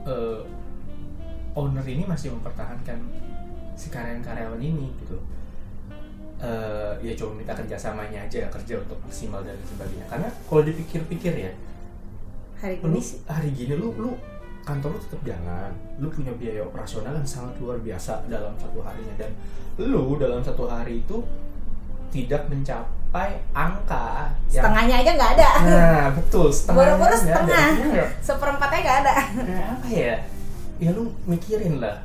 uh, owner ini masih mempertahankan si karyawan-karyawan ini gitu. Uh, ya cuma minta kerjasamanya aja, kerja untuk maksimal dan sebagainya. Karena kalau dipikir-pikir ya, hari lu, gini sih hari gini lu lu kantor lu tetap jalan, lu punya biaya operasional yang sangat luar biasa dalam satu harinya, dan lu dalam satu hari itu tidak mencapai angka yang, setengahnya aja nggak ada. nah betul, setengahnya Boro-boro nggak ada. setengah, Iya. seperempatnya nggak ada. Nah, apa ya? Ya lu mikirin lah.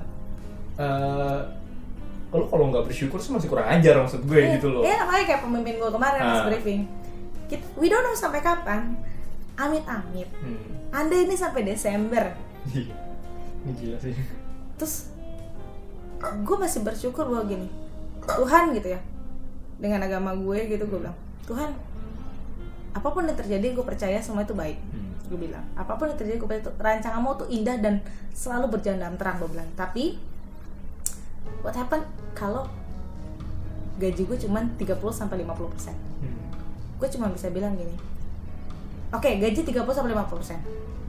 Uh, Kalau kalau nggak bersyukur sih masih kurang ajar maksud gue Iya, gitu loh. Iya, makanya kayak pemimpin gue kemarin pas Ah. briefing. Kita, we don't know sampai kapan. Amit-amit. Hmm. Anda ini sampai Desember. Iya. Ini gila sih. Terus gue masih bersyukur bahwa gini, Tuhan gitu ya, dengan agama gue gitu, gue bilang, Tuhan, apapun yang terjadi gue percaya semua itu baik. Hmm. Gue bilang, apapun yang terjadi gue percaya itu, rancanganmu tuh indah dan selalu berjalan dalam terang, gue bilang. Tapi what happen kalau gaji gue cuma tiga puluh sampai lima puluh persen? Hmm. Gue cuma bisa bilang gini, oke, okay, gaji tiga puluh sampai lima puluh persen,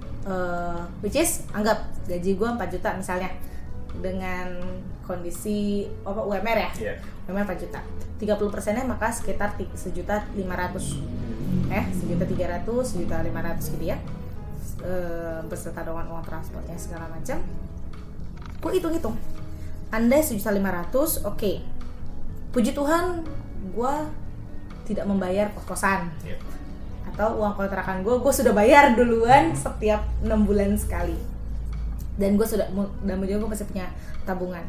uh, which is anggap gaji gue empat juta misalnya, dengan kondisi apa U M R ya, Yeah. U M R empat juta, tiga puluh persennya maka sekitar sejuta lima ratus, eh sejuta tiga ratus, sejuta lima ratus gitu ya, uh, beserta dengan uang transportnya segala macam. Gue hitung-hitung, Anda sejuta lima ratus, oke, okay. Puji Tuhan gue tidak membayar kos-kosan. Yeah. Atau uang kontrakan gue, gue sudah bayar duluan setiap enam bulan sekali. Dan gue sudah, dan juga gue masih punya tabungan.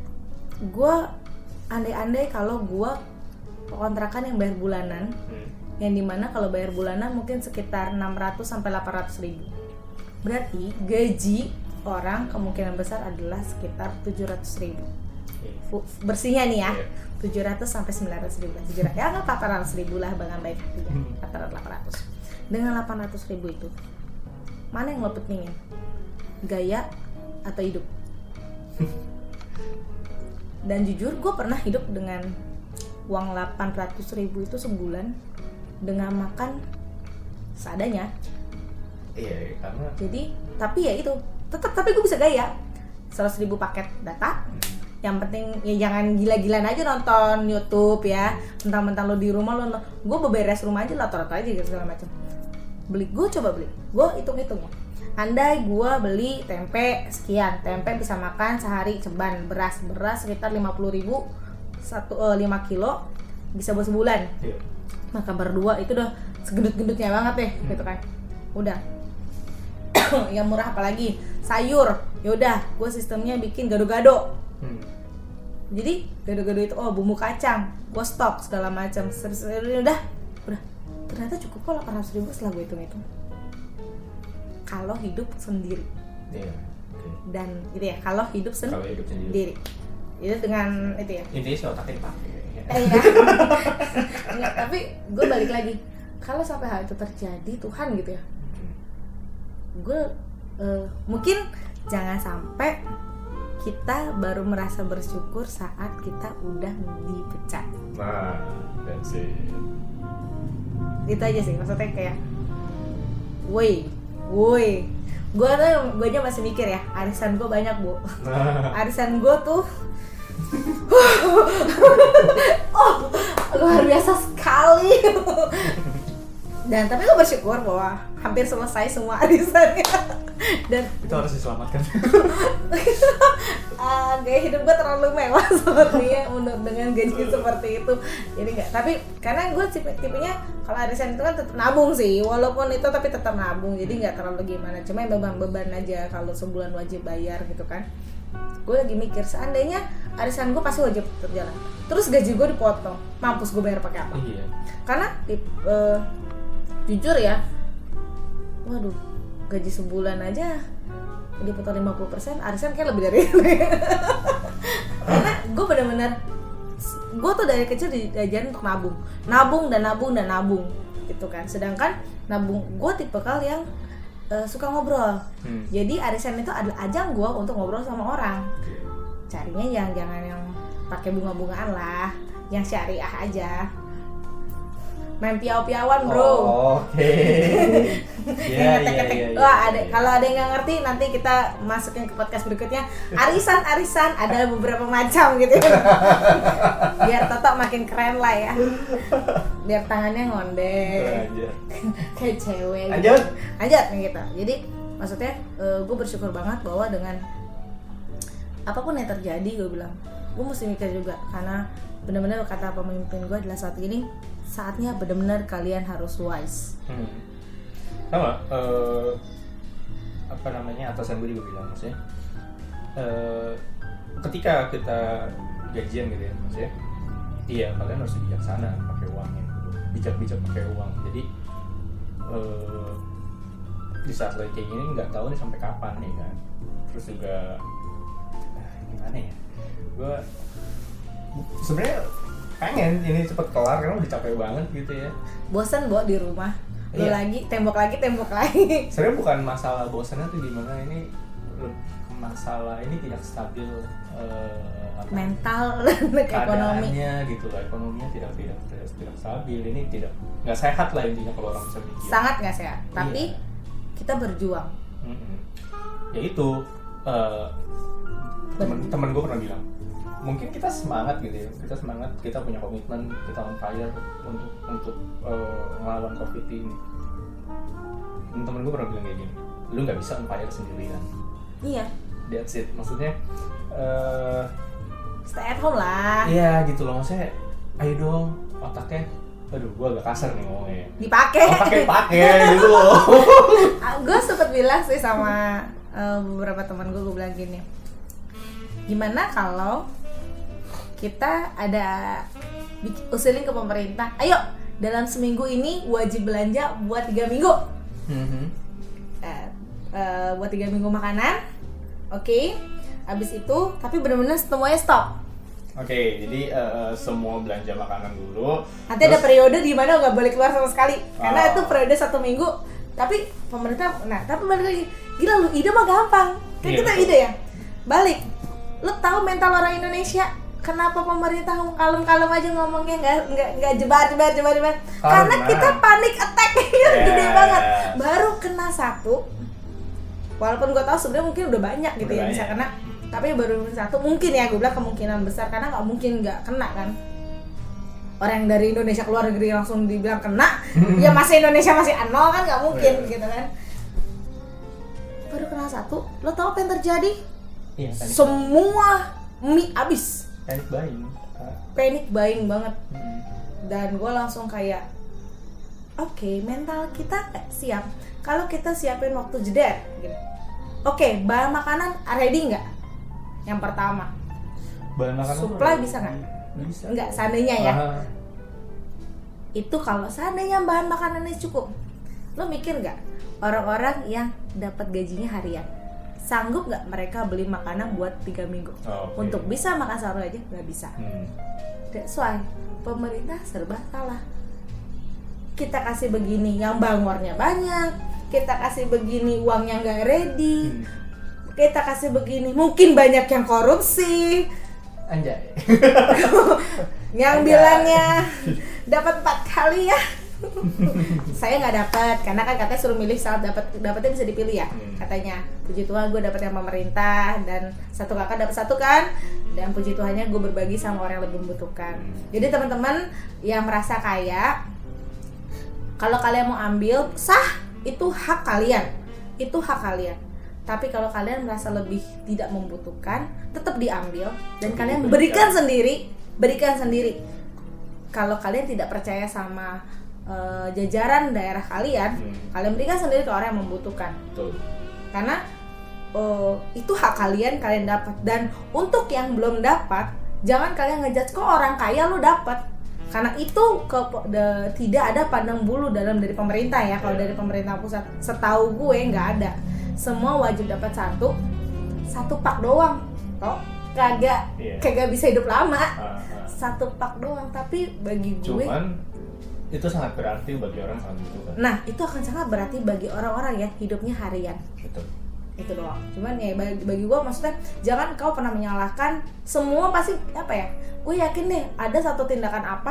Gue andai-andai kalau gue kontrakan yang bayar bulanan, Hmm. yang dimana kalau bayar bulanan mungkin sekitar enam ratus sampai delapan ratus ribu. Berarti gaji orang kemungkinan besar adalah sekitar tujuh ratus ribu. Yeah. Bersihnya nih ya, Yeah. tujuh ratus sampai sembilan ratus ribu, ya nggak delapan ratus ribu lah dengan baik hatinya, rata-rata delapan ratus. Dengan delapan ratus ribu itu, mana yang lo pentingin? Gaya atau hidup? Dan jujur, gue pernah hidup dengan uang delapan ratus ribu itu sebulan dengan makan seadanya. Iya, yeah, karena Jadi, tapi ya itu, tetap tapi gue bisa gaya. seratus ribu paket data. Yang penting ya jangan gila-gilaan aja nonton YouTube ya, mentang-mentang lo di rumah lo, lo gue beberes rumah aja lah, rata-rata aja gitu segala macam. Beli, gue coba beli, gue hitung-hitung ya. Andai gue beli tempe sekian, tempe bisa makan sehari ceban, beras beras sekitar lima puluh ribu satu eh, lima kilo bisa buat sebulan. yeah. Makan berdua itu udah segendut-gendutnya banget deh, hmm. gitu kan. Udah. Yang murah apalagi sayur, yaudah gue sistemnya bikin gado-gado. Hmm. Jadi gado-gado itu oh bumbu kacang, gue stok segala macam, udah, udah. Ternyata cukup kok delapan ratus ribu setelah gue hitung-hitung. Kalau hidup sendiri. Yeah. Okay. Dan gitu ya, kalau hidup, sen- kalau hidup sendiri. sendiri. Itu dengan itu ya. Intinya sih otaknya dipakai. Eh, ya. Enggak, tapi gue balik lagi. Kalau sampai hal itu terjadi, Tuhan gitu ya. Gue uh, mungkin jangan sampai kita baru merasa bersyukur saat kita udah dipecat. Nah, that's it. Itu aja sih, maksudnya kayak woi, woi. Gue tuh, gue aja masih mikir ya, arisan gue banyak bu. Arisan gue tuh oh, luar biasa sekali. Dan tapi gue bersyukur bahwa hampir selesai semua arisannya. Dan itu harus diselamatkan. uh, gaya hidup gue terlalu mewah sepertinya menurut dengan gaji seperti itu. Jadi nggak. Tapi karena gue tipe tipenya kalau arisan itu kan tetap nabung sih, walaupun itu tapi tetap nabung. Jadi nggak terlalu gimana. Cuma beban-beban aja kalau sebulan wajib bayar gitu kan. Gue lagi mikir seandainya arisan gue pasti wajib terjalan. Terus gaji gue dipotong, mampus gue bayar pakai apa? Iya. Karena uh, jujur ya, waduh, gaji sebulan aja dipotong lima puluh persen, arisan kayak lebih dari itu. Karena gue benar-benar, gue tuh dari kecil diajarin untuk nabung, nabung dan nabung dan nabung, gitu kan. Sedangkan nabung, gue tipikal yang uh, suka ngobrol. Hmm. Jadi arisan itu adalah ajang gue untuk ngobrol sama orang. Carinya yang jangan yang pakai bunga-bungaan lah, yang syariah aja. main piau-piauan bro. Oh, oke. Iya, iya, iya. Wah, ada kalau ada yang nggak ngerti nanti kita masukin ke podcast berikutnya. Arisan-arisan ada beberapa macam gitu. Biar Toto makin keren lah ya. Biar tangannya ngondek. Kayak cewek. Lanjut. Gitu. Lanjut gitu. Jadi maksudnya uh, gue bersyukur banget bahwa dengan apapun yang terjadi, gue bilang gue mesti mikir juga, karena benar-benar kata pemimpin gue adalah saat ini saatnya benar-benar kalian harus wise. Hmm. Sama, uh, apa namanya, atasan gue juga bilang maksudnya, uh, ketika kita gajian gitu ya, maksudnya, iya kalian harus bijaksana pakai uangnya, gitu. bijak-bijak pakai uang. Jadi uh, di saat lagi kayak gini nggak tahu nih sampai kapan nih kan. Terus juga uh, gimana ya, gue sebenarnya pengen ini cepet kelar karena udah capek banget gitu ya. Bosan Bo di rumah, lu iya. lagi tembok lagi tembok lagi. Sebenarnya bukan masalah bosannya tuh gimana, ini masalah ini tidak stabil uh, apa, mental dan ekonomi gitu lah, ekonominya tidak tidak tidak, tidak stabil, ini tidak nggak sehat lah intinya kalau orang bisa mikir. Sangat nggak sehat, tapi iya. kita berjuang. Mm-hmm. Ya itu uh, teman-teman gue pernah bilang, mungkin kita semangat gitu ya, kita semangat, kita punya komitmen, kita on fire untuk untuk uh, melawan covid ini. Dan temen gue pernah bilang kayak gini, lu nggak bisa on fire sendirian. Iya. That's it, maksudnya uh, stay at home lah. iya gitu loh, maksudnya ayo dong otaknya, aduh gue agak kasar nih ngomongnya, dipakai otaknya pakai gitu loh. Gue sempet bilang sih sama uh, beberapa teman gue, gue bilang gini, gimana kalau kita ada usulin ke pemerintah, ayo dalam seminggu ini wajib belanja buat tiga minggu, mm-hmm. uh, uh, buat tiga minggu makanan, oke, okay. Abis itu tapi benar-benar semuanya stop. Oke, okay, jadi uh, semua belanja makanan dulu. Nanti terus ada periode di mana nggak boleh keluar sama sekali, karena oh. itu periode satu minggu. Tapi pemerintah, nah tapi balik lagi, gila lu ide mah gampang, kan yeah, kita betul. Ide ya, balik. Lu tahu mental orang Indonesia? Kenapa pemerintah kalem-kalem aja ngomongnya, nggak nggak nggak jebar-jebar jebar-jebar? Karena kita panik attack yang yeah. gede banget. Baru kena satu, walaupun gue tahu sebenarnya mungkin udah banyak gitu udah ya banyak. Bisa kena, tapi baru satu mungkin ya, gue bilang kemungkinan besar karena nggak mungkin nggak kena kan. Orang yang dari Indonesia keluar negeri langsung dibilang kena, ya masih Indonesia masih nol kan, nggak mungkin yeah. gitu kan. Baru kena satu, lo tau apa yang terjadi? Yeah, semua mie habis. Panic buying, uh. panic buying banget. Mm-hmm. Dan gue langsung kayak, oke, okay, mental kita siap. Kalau kita siapin waktu jeda, gitu. Oke, okay, bahan makanan ready nggak? Yang pertama, bahan makanan supply bisa nggak? Bisa. Nggak, seandainya ya. Uh. Itu kalau seandainya bahan makanannya cukup, lo mikir nggak orang-orang yang dapat gajinya harian? Sanggup nggak mereka beli makanan buat tiga minggu? Oh, okay. Untuk bisa makan sahur aja nggak bisa. Hmm. That's why pemerintah serba salah. Kita kasih begini, yang bangornya banyak. Kita kasih begini, uangnya nggak ready. Hmm. Kita kasih begini, mungkin banyak yang korupsi. Anjay. Yang Anjay. Bilangnya dapat empat kali ya. Saya nggak dapat karena kan katanya suruh milih saat dapat, dapatnya bisa dipilih ya. Hmm. Katanya puji Tuhan gue dapat yang pemerintah dan satu kakak dapat satu kan, dan puji Tuhannya gue berbagi sama orang yang lebih membutuhkan. Hmm. Jadi teman-teman yang merasa kaya, kalau kalian mau ambil sah, itu hak kalian, itu hak kalian. Tapi kalau kalian merasa lebih tidak membutuhkan, tetap diambil dan Jadi kalian berikan sendiri, berikan sendiri. Kalau kalian tidak percaya sama Uh, jajaran daerah kalian, hmm. kalian berikan sendiri ke orang yang membutuhkan. Betul. Karena uh, itu hak kalian, kalian dapat. Dan untuk yang belum dapat, jangan kalian ngejudge kok orang kaya lu dapat. Karena itu ke, de, tidak ada pandang bulu dalam dari pemerintah ya. Kalau yeah. dari pemerintah pusat, setahu gue nggak ada. Semua wajib dapat satu, satu pak doang. Kok kagak, yeah. kagak bisa hidup lama. Uh, uh. Satu pak doang. Tapi bagi gue. Cuman itu sangat berarti bagi orang sangat membutuhkan. Nah, itu akan sangat berarti bagi orang-orang yang hidupnya harian. Betul. Itu doang. Cuman ya bagi, bagi gue maksudnya jangan kau pernah menyalahkan semua, pasti apa ya? Gue yakin deh ada satu tindakan apa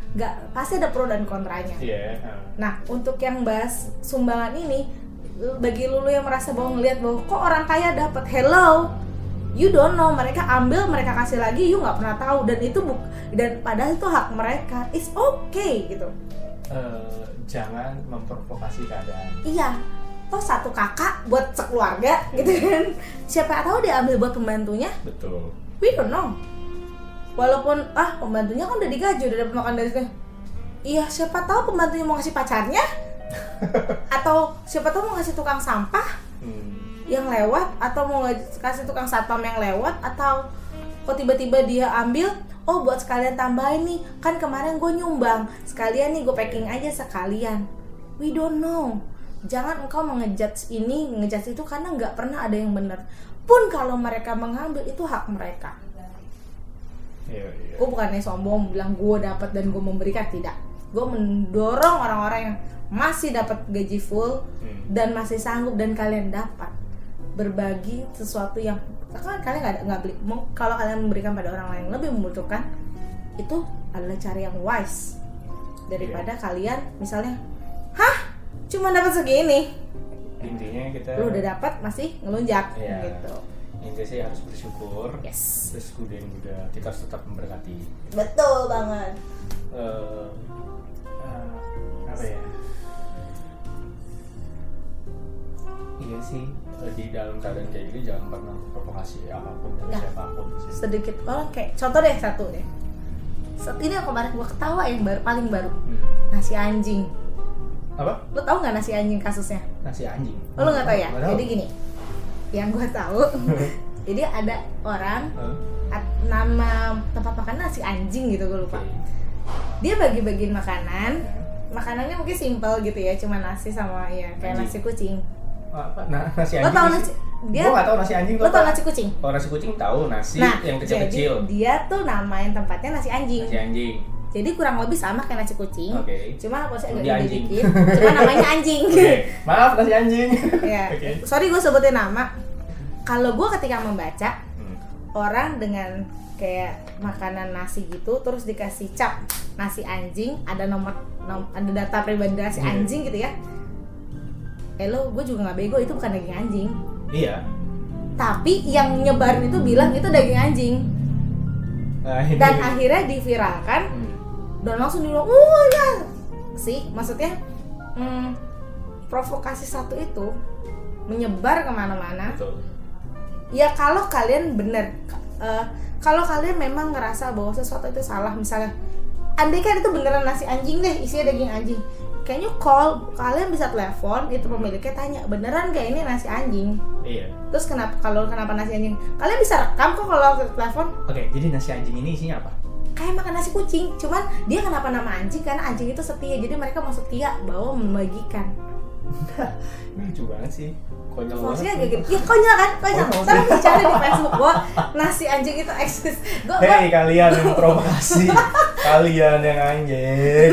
nggak pasti ada pro dan kontranya. Iya. Yeah. Nah, untuk yang bahas sumbangan ini, bagi lulu yang merasa bahwa ngelihat bahwa kok orang kaya dapat, hello, you don't know, mereka ambil, mereka kasih lagi, you nggak pernah tahu, dan itu buk dan padahal itu hak mereka, it's okay gitu. Uh, jangan memprovokasi keadaan. Iya, toh satu kakak buat sekeluarga gitu kan, siapa tahu dia ambil buat pembantunya. Betul. We don't know. Walaupun ah pembantunya kan udah digaji, udah dapat makan dari situ. Iya, siapa tahu pembantunya mau kasih pacarnya, atau siapa tahu mau kasih tukang sampah hmm. yang lewat, atau mau kasih tukang satpam yang lewat, atau kok tiba-tiba dia ambil, oh buat sekalian tambahin nih, kan kemarin gue nyumbang, sekalian nih gue packing aja sekalian. We don't know. Jangan engkau mengejudge ini, ngejudge itu, karena nggak pernah ada yang benar. Pun kalau mereka mengambil, itu hak mereka. Iya, iya. Gue bukannya sombong bilang gue dapat dan gue memberikan, tidak. Gue mendorong orang-orang yang masih dapat gaji full hmm. dan masih sanggup, dan kalian dapat berbagi sesuatu yang kan kalian nggak nggak beli. Kalau kalian memberikan pada orang lain yang lebih membutuhkan, itu adalah cara yang wise daripada yeah. kalian misalnya, hah, cuma dapat segini. Intinya kita lu udah dapat masih ngelunjak yeah. gitu. Intinya sih harus bersyukur. Yes. Terus kemudian juga kita harus tetap memberkati. Betul banget. Uh, uh, apa ya? Iya sih, di dalam keadaan kayak gini jangan pernah provokasi apapun dari nah, siapapun sih. Sedikit orang kayak contoh deh satu deh. Saat ini yang kemarin gua ketawa yang baru, paling baru hmm. nasi anjing. Apa? Lo tau nggak nasi anjing kasusnya? Nasi anjing. Oh, lo nggak tahu ya? Gak tahu. Jadi gini, yang gua tahu, jadi ada orang huh? at, nama tempat makan nasi anjing gitu, gue lupa. Okay. Dia bagi-bagiin makanan, makanannya mungkin simple gitu ya, cuma nasi sama ya kayak anjing. Nasi kucing. Apa? Nah, nasi anjing. Lo tau nasi? Dia. Gue nggak tahu nasi anjing. Lo tau nasi kucing? Kalau nasi kucing tahu, nasi nah, yang kecil-kecil. Jadi dia tuh namain tempatnya nasi anjing. Nasi anjing. Jadi kurang lebih sama kayak nasi kucing. Okay. Cuma porsinya agak gede dikit. Cuma namanya anjing. Okay. Maaf nasi anjing. Ya. Okay. Sorry gue sebutin nama. Kalau gue ketika membaca hmm. orang dengan kayak makanan nasi gitu, terus dikasih cap nasi anjing, ada nomor, nom, ada data pribadi nasi hmm. anjing gitu ya. Hello, gue juga nggak bego, itu bukan daging anjing. Iya. Tapi yang nyebarin itu bilang itu daging anjing. Nah, dan akhirnya diviralkan hmm. dan langsung dibilang, oh ya sih, maksudnya hmm, provokasi satu itu menyebar kemana-mana. Betul. Ya kalau kalian bener, uh, kalau kalian memang ngerasa bahwa sesuatu itu salah, misalnya andai kan itu beneran nasi anjing deh, isinya daging anjing, can you call, kalian bisa telepon itu pemiliknya, tanya beneran gak ini nasi anjing. Iya. Terus kenapa, kalau kenapa nasi anjing, kalian bisa rekam kok kalau telepon. Oke, okay, jadi nasi anjing ini isinya apa? Kayak makan nasi kucing, cuman dia kenapa nama anjing, karena anjing itu setia, jadi mereka mau setia bahwa membagikan. Ini lucu banget sih, konyol banget. Maksudnya kayak gitu, ya konyol kan, konyol. Saya bisa cari di Facebook bahwa nasi anjing itu eksis. Gua, Hei gua... kalian yang provokasi, kalian yang anjing.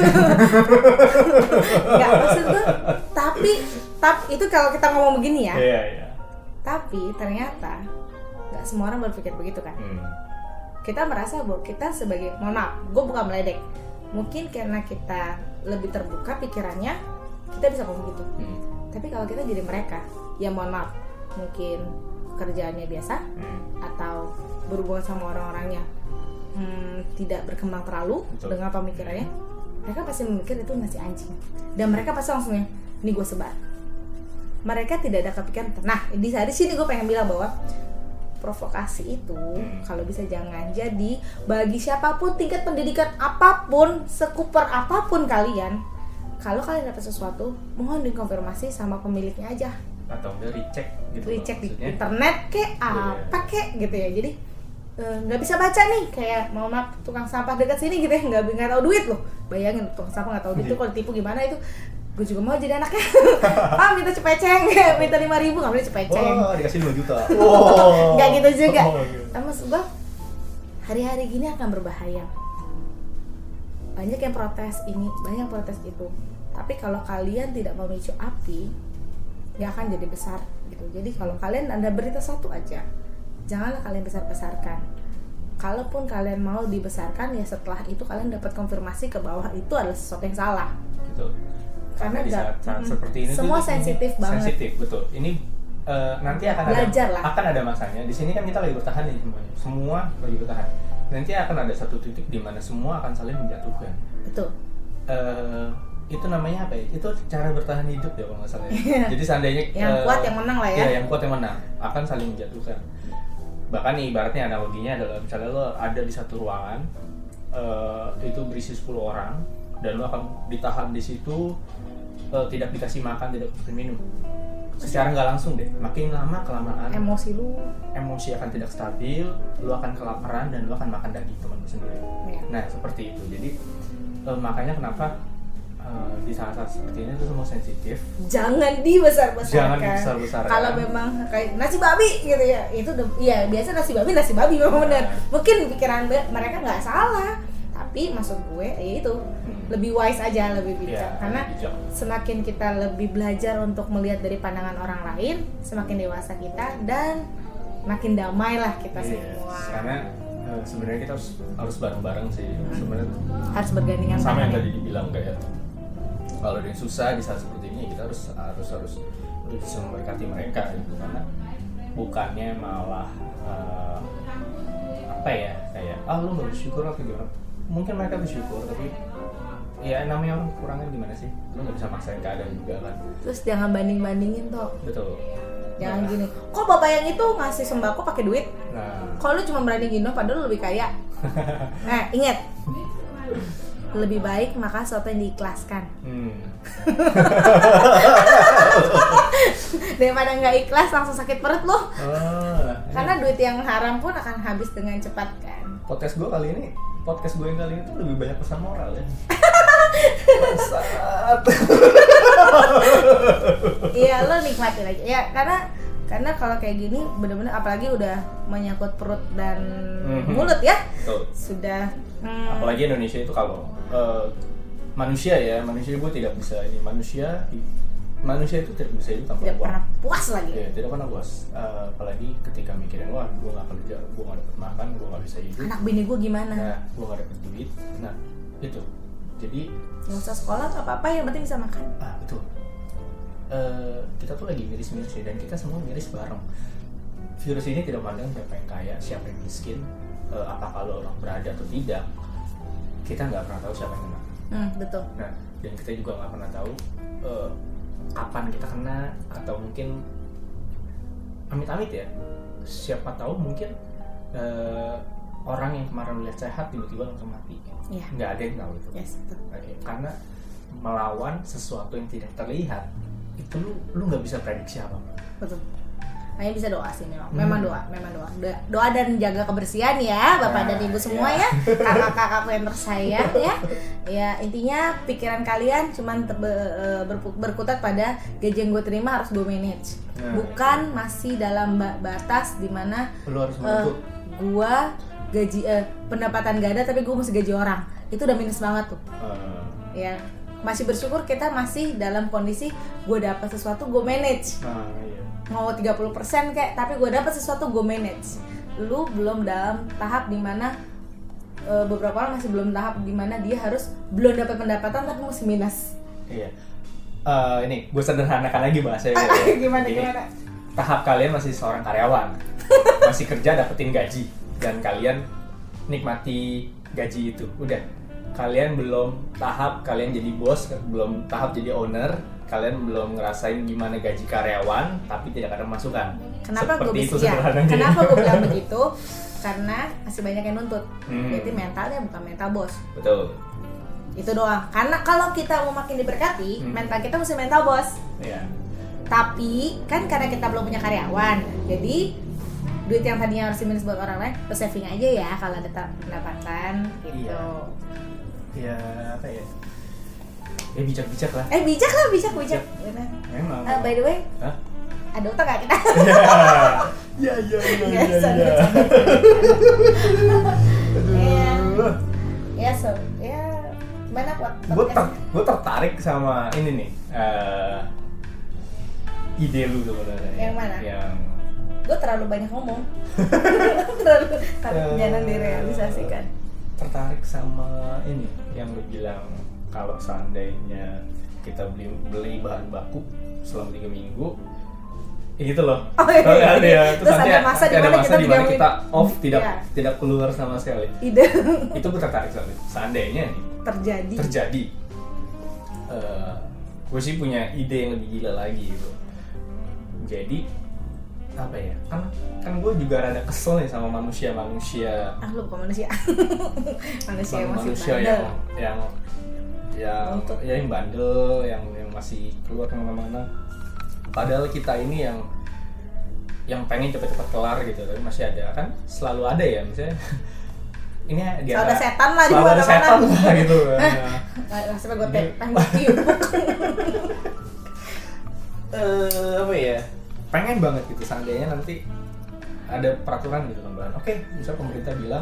Gak, maksud gue, tapi, tapi itu kalau kita ngomong begini ya. Iya, yeah, iya. Yeah. Tapi ternyata gak semua orang berpikir begitu kan. Hmm. Kita merasa bahwa kita sebagai, mohon maaf, gue bukan meledek, mungkin karena kita lebih terbuka pikirannya, kita bisa ngomong gitu. Hmm. Tapi kalau kita jadi mereka, ya mohon maaf, mungkin pekerjaannya biasa hmm. atau berhubungan sama orang-orangnya hmm, tidak berkembang terlalu. Betul. Dengan pemikirannya, mereka pasti memikir itu nasi anjing, dan mereka pasti langsungnya, ini gue sebar. Mereka tidak ada kepikiran. Nah, di saat sini gue pengen bilang bahwa provokasi itu hmm. kalau bisa jangan jadi bagi siapapun, tingkat pendidikan apapun, sekuper apapun kalian. Kalau kalian dapat sesuatu, mohon dikonfirmasi sama pemiliknya aja. Atau enggak recheck gitu. Recheck di internet kek, apa kek gitu ya. Jadi nggak uh, bisa baca nih, kayak mau maaf tukang sampah dekat sini gitu ya, nggak nggak tahu duit loh. Bayangin tukang sampah nggak tahu duit tuh kalau tipu gimana itu. Gue juga mau jadi anaknya. Ah, minta cepeceng, minta lima ribu nggak boleh cepeceng. Oh, dikasih dua juta. Oh. Nggak gitu juga. Oh, gitu. Tapi maksud gue, hari-hari gini akan berbahaya. Banyak yang protes ini, banyak yang protes itu. Tapi kalau kalian tidak memicu api, nggak akan jadi besar gitu. Jadi kalau kalian ada berita satu aja, janganlah kalian besar-besarkan. kalaupun kalian mau dibesarkan ya setelah itu kalian dapat konfirmasi ke bawah itu adalah sesuatu yang salah. Betul. Karena, Karena di saat, saat mm, seperti ini semua tuh, sensitif ini, banget. Sensitif, betul. Ini uh, nanti akan Belajar ada lah. akan ada masanya. Di sini kan kita lagi bertahan nih semuanya. Semua lagi bertahan. Nanti akan ada satu titik di mana semua akan saling menjatuhkan. Betul. Uh, itu namanya apa ya? Itu cara bertahan hidup ya kalau nggak salah. Ya. Jadi seandainya yang uh, kuat yang menang lah ya. Iya, yang kuat yang menang akan saling menjatuhkan. Bahkan nih ibaratnya analoginya adalah misalnya lo ada di satu ruangan uh, itu berisi sepuluh orang dan lo akan ditahan di situ, uh, tidak dikasih makan, tidak dikasih minum. Secara nggak langsung deh, makin lama kelamaan emosi lu emosi akan tidak stabil, lo akan kelaparan dan lo akan makan daging teman lo sendiri. Ya. Nah seperti itu. Jadi uh, makanya kenapa Uh, di saat-saat seperti ini tuh semua sensitif. Jangan dibesar-besarkan. Jangan dibesar-besarkan. Kalau memang kayak nasi babi gitu ya, itu udah, ya biasa nasi babi nasi babi memang nah. benar. Mungkin pikiran mereka nggak salah, tapi maksud gue ya itu hmm. lebih wise aja, lebih bijak. Ya, karena bijak. Semakin kita lebih belajar untuk melihat dari pandangan orang lain, semakin dewasa kita dan makin damai lah kita yes. semua. Karena uh, sebenarnya kita harus harus bareng-bareng sih. Hmm. Sebenarnya harus bergandengan sama yang ya. tadi dibilang kayak kalau ada yang susah di saat seperti ini kita harus harus harus bisa memberkati mereka gitu. Karena bukannya malah uh, apa ya kayak ah lu nggak bersyukur atau gimana, mungkin mereka bersyukur tapi ya namanya orang kurangnya gimana sih, lu nggak bisa maksain keadaan juga kan. Terus jangan banding-bandingin toh. Betul. Jangan nah. gini, kok bapak yang itu ngasih sembako pakai duit, nah. kalau lu cuma berani gino padahal lu lebih kaya. Nah ingat, lebih baik makan sesuatu yang diikhlaskan hmm. daripada nggak ikhlas langsung sakit perut loh. Oh, karena duit yang haram pun akan habis dengan cepat kan. Podcast gue kali ini, podcast gue yang kali ini tuh lebih banyak pesan moral ya. Iya lo nikmatin aja ya, karena karena kalau kayak gini bener-bener apalagi udah menyangkut perut dan mm-hmm. mulut ya. Betul. Sudah hmm. apalagi Indonesia itu kalau uh, manusia ya manusia gue tidak bisa ini manusia manusia itu tidak bisa hidup tanpa tidak uang. Pernah puas lagi ya, tidak pernah puas uh, apalagi ketika mikirin wah gue nggak kerja, gue nggak dapat makan, gue nggak bisa hidup, anak bini gue gimana, nah gue nggak dapat duit, nah itu jadi nggak usah sekolah atau apa-apa yang penting bisa makan. Ah betul. Uh, kita tuh lagi miris-miris ya, dan kita semua miris bareng. Virus ini tidak pandang siapa yang kaya, siapa yang miskin, uh, apakah lo orang berada atau tidak. Kita nggak pernah tahu siapa yang kena. Hmm, betul. Nah, dan kita juga nggak pernah tahu uh, kapan kita kena, atau mungkin amit-amit ya. Siapa tahu mungkin uh, orang yang kemarin lihat sehat tiba-tiba langsung mati. Yeah. Nggak ada yang tahu itu. Yes, betul. Okay. Karena melawan sesuatu yang tidak terlihat itu lu lu nggak bisa prediksi apa. Betul. Hanya bisa doa sih memang. Hmm. Memang doa, memang doa. Doa dan jaga kebersihan ya, Bapak nah, dan Ibu semua ya. ya. Kakak-kakakku yang tersayang ya. Ya, intinya pikiran kalian cuman ter- ber- berkutat pada gaji yang gue terima harus gue manage. Nah, bukan ya. Masih dalam batas di mana lu harus menuntut. Uh, gua gaji uh, pendapatan gak ada tapi gue mesti gaji orang. Itu udah minus banget tuh. Uh. Ya. Masih bersyukur kita masih dalam kondisi gue dapat sesuatu gue manage. Nah, iya. Mau tiga puluh persen kayak tapi gue dapat sesuatu gue manage. Lu belum dalam tahap dimana e, beberapa orang masih belum tahap dimana dia harus belum dapat pendapatan tapi masih minus. Iya. Uh, ini gue sederhanakan lagi bahasanya. gimana Gini, gimana? Tahap kalian masih seorang karyawan, masih kerja dapetin gaji dan kalian nikmati gaji itu. Udah. Kalian belum tahap kalian jadi bos, belum tahap jadi owner, kalian belum ngerasain gimana gaji karyawan, tapi tidak ada masukan. Kenapa gue itu ya, kenapa gue bilang begitu? Karena masih banyak yang nuntut. Hmm. Jadi mentalnya bukan mental bos. Betul. Itu doang. Karena kalau kita mau makin diberkati, hmm. mental kita mesti mental bos. Iya. Tapi kan karena kita belum punya karyawan, jadi duit yang tadinya harus minus buat orang lain, terus saving aja ya kalau ada pendapatan gitu. Iya. Ya apa ya? Ya bijak-bijak lah. Eh bijak lah, bijak-bijak. Bijak. Memang. Uh, by the way, hah? Ada utang gak kita? Ya, ya, ya, ya, ya, ya. Aduh. Ya, so, ya mana buat? Gue ter, gue tertarik sama ini nih. Uh, ide lu sebenarnya. Yang mana? Yang gue terlalu banyak ngomong. Terlalu jarang direalisasikan. Tertarik sama ini yang lu bilang kalau seandainya kita beli beli bahan baku selama tiga minggu gitu loh. Oh, iya, iya, ada ya. Terus ada masa di mana kita, kita off tidak iya. tidak keluar sama sekali. Ide. Itu gue tertarik sekali. Seandainya nih terjadi. Terjadi. Uh, gue sih punya ide yang lebih gila lagi gitu. Jadi apa ya? Kan kan gue juga rada kesel nih sama manusia-manusia. Ah lu bukan manusia. manusia yang masih manusia bandel. yang yang yang Untuk. ya yang bandel, yang yang masih keluar kemana-mana. Padahal kita ini yang yang pengen cepet-cepet kelar gitu, tapi masih ada kan, selalu ada ya misalnya. Ini dia selalu ada setan lah di selalu ada mana-mana. setan lah gitu. Nah, sampai gue tembak tiupuk. Eh apa ya? Pengen banget gitu seandainya nanti ada peraturan gitu tambahan. Oke, misal pemerintah bilang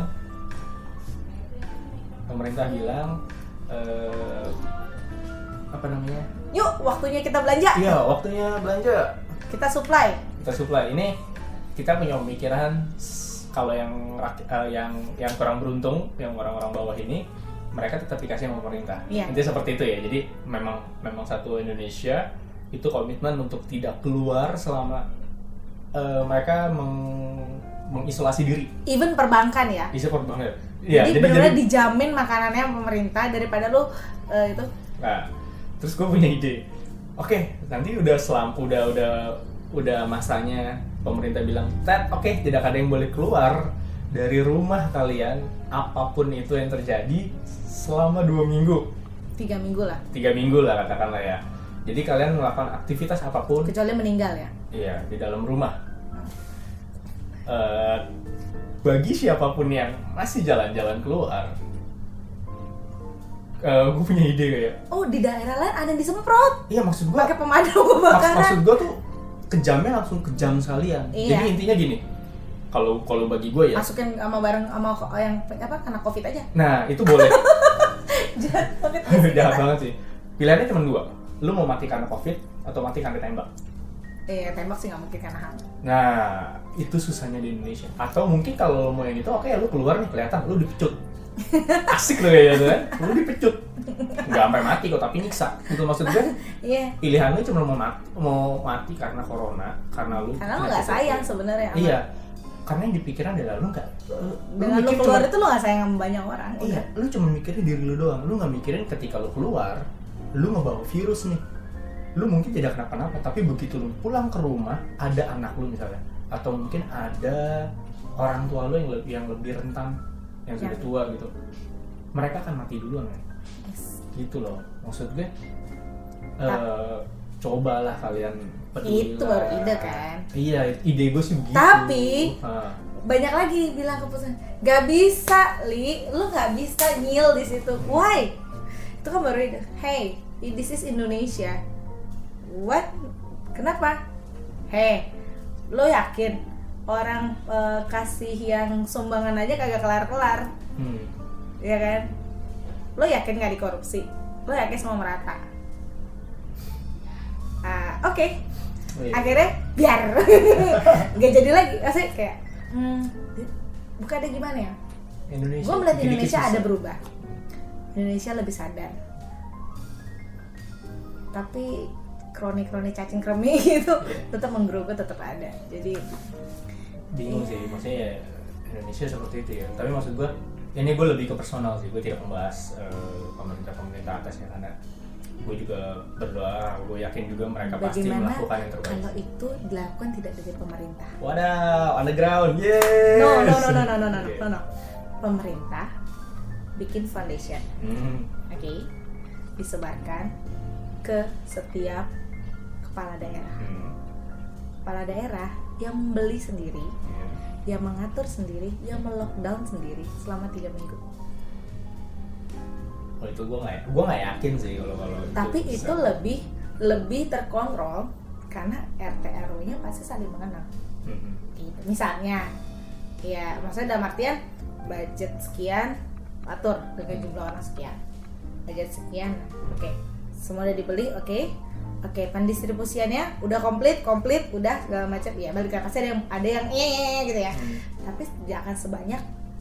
pemerintah bilang eh, apa namanya? Yuk, waktunya kita belanja. Iya, waktunya belanja. Kita supply. Kita supply. Ini kita punya pemikiran kalau yang uh, yang yang kurang beruntung, yang orang-orang bawah ini, mereka tetap dikasih sama pemerintah. Iya. Intinya seperti itu ya. Jadi memang memang satu Indonesia itu komitmen untuk tidak keluar selama uh, mereka meng- mengisolasi diri. Even perbankan ya. Bisa perbankan. Ya, jadi, jadi benar-benar jadi, dijamin makanannya sama pemerintah daripada lu uh, itu. Nah, terus gue punya ide. Oke, nanti udah selam, udah udah udah masanya pemerintah bilang, "Tet, oke, okay, tidak ada yang boleh keluar dari rumah kalian apapun itu yang terjadi selama dua minggu." Tiga minggu lah. Tiga minggu lah katakanlah ya. Jadi kalian melakukan aktivitas apapun. Kecuali meninggal ya. Iya, di dalam rumah. Uh, bagi siapapun yang masih jalan-jalan keluar, uh, gue punya ide kayak. Oh, di daerah lain ada yang disemprot. Iya, maksud gue. Pakai pemadam kebakaran. Maksud gue tuh kejamnya langsung kejam sekalian. Iya. Jadi intinya gini. Kalau kalau bagi gue ya. Masukin sama bareng sama yang apa karena Covid aja. Nah, itu boleh. Jahat banget. Jahat banget sih. Pilihannya cuma dua. Lu mau mati karena Covid atau mati karena tembak? Iya, tembak sih nggak mungkin karena hal. Nah, itu susahnya di Indonesia. Atau mungkin kalau lo mau yang itu, oke, okay, lu keluar nih kelihatan lu dipecut. Asik lo ya kan? Lu dipecut. Nggak sampai mati kok, tapi nyiksa. Itu maksud gue. Iya. Pilihan lu cuma mau mati, mau mati karena corona, karena lu. Karena lu nggak sayang sebenarnya. Iya. Karena yang dipikiran adalah lu nggak. Dengan lu keluar cuma, itu lu nggak sayang sama banyak orang. Iya. Lu cuma mikirin diri lu doang. Lu nggak mikirin ketika lu keluar, lu ngebawa virus nih. Lu mungkin tidak kenapa-napa, tapi begitu lu pulang ke rumah ada anak lu misalnya, atau mungkin ada orang tua lu yang lebih yang lebih rentan, yang sudah tua gitu, mereka akan mati duluan kan? Yes. Gitu loh, maksud gue, uh, cobalah kalian peduli. Itu baru ide kan? Iya, ide gue sih begitu. Tapi ha. banyak lagi bilang keputusan, gak bisa li, lu gak bisa nyil di situ. Why? Itu kan baru ide. Hey, this is Indonesia. What? Kenapa? Hei, lo yakin orang uh, kasih yang sumbangan aja kagak kelar-kelar? Hmm. Ya kan? Lo yakin nggak dikorupsi? Lo yakin semua merata? Uh, Oke, okay. Oh, iya. Akhirnya biar nggak jadi lagi. Asli kayak, hmm, bukannya gimana ya? Indonesia. Gue melihat Indonesia ada berubah. Indonesia lebih sadar. Tapi kroni-kroni cacing kremi gitu yeah. tetap menggerogot, tetap ada. Jadi bingung sih, maksudnya ya Indonesia seperti itu ya. Tapi maksud gue, ini gue lebih ke personal sih. Gue tidak membahas uh, pemerintah-pemerintah atas ya, karena gue juga berdoa, gue yakin juga mereka bagaimana pasti melakukan yang terbaik. Kalau itu dilakukan tidak dari pemerintah. Wadaw, underground, yes. No, no, no, no, no, no, no, okay. no, no. Pemerintah bikin foundation, hmm. oke, okay? Disebarkan ke setiap kepala daerah. Hmm. Kepala daerah yang membeli sendiri, yeah. yang mengatur sendiri, yang melockdown sendiri selama tiga minggu. Oh itu gue nggak, gue nggak yakin sih kalau kalau. Tapi itu, itu lebih lebih terkontrol karena R T R W-nya pasti saling mengenal. Hmm. Gitu. Misalnya, ya maksudnya dalam artian budget sekian atur dengan jumlah orang sekian, budget sekian, oke, okay. Semua udah dibeli, oke. Okay. Oke, pendistribusiannya udah komplit, komplit, udah segala macam. Ya balik lagi pasti ada yang ada yang eh gitu ya. Hmm. Tapi tidak akan sebanyak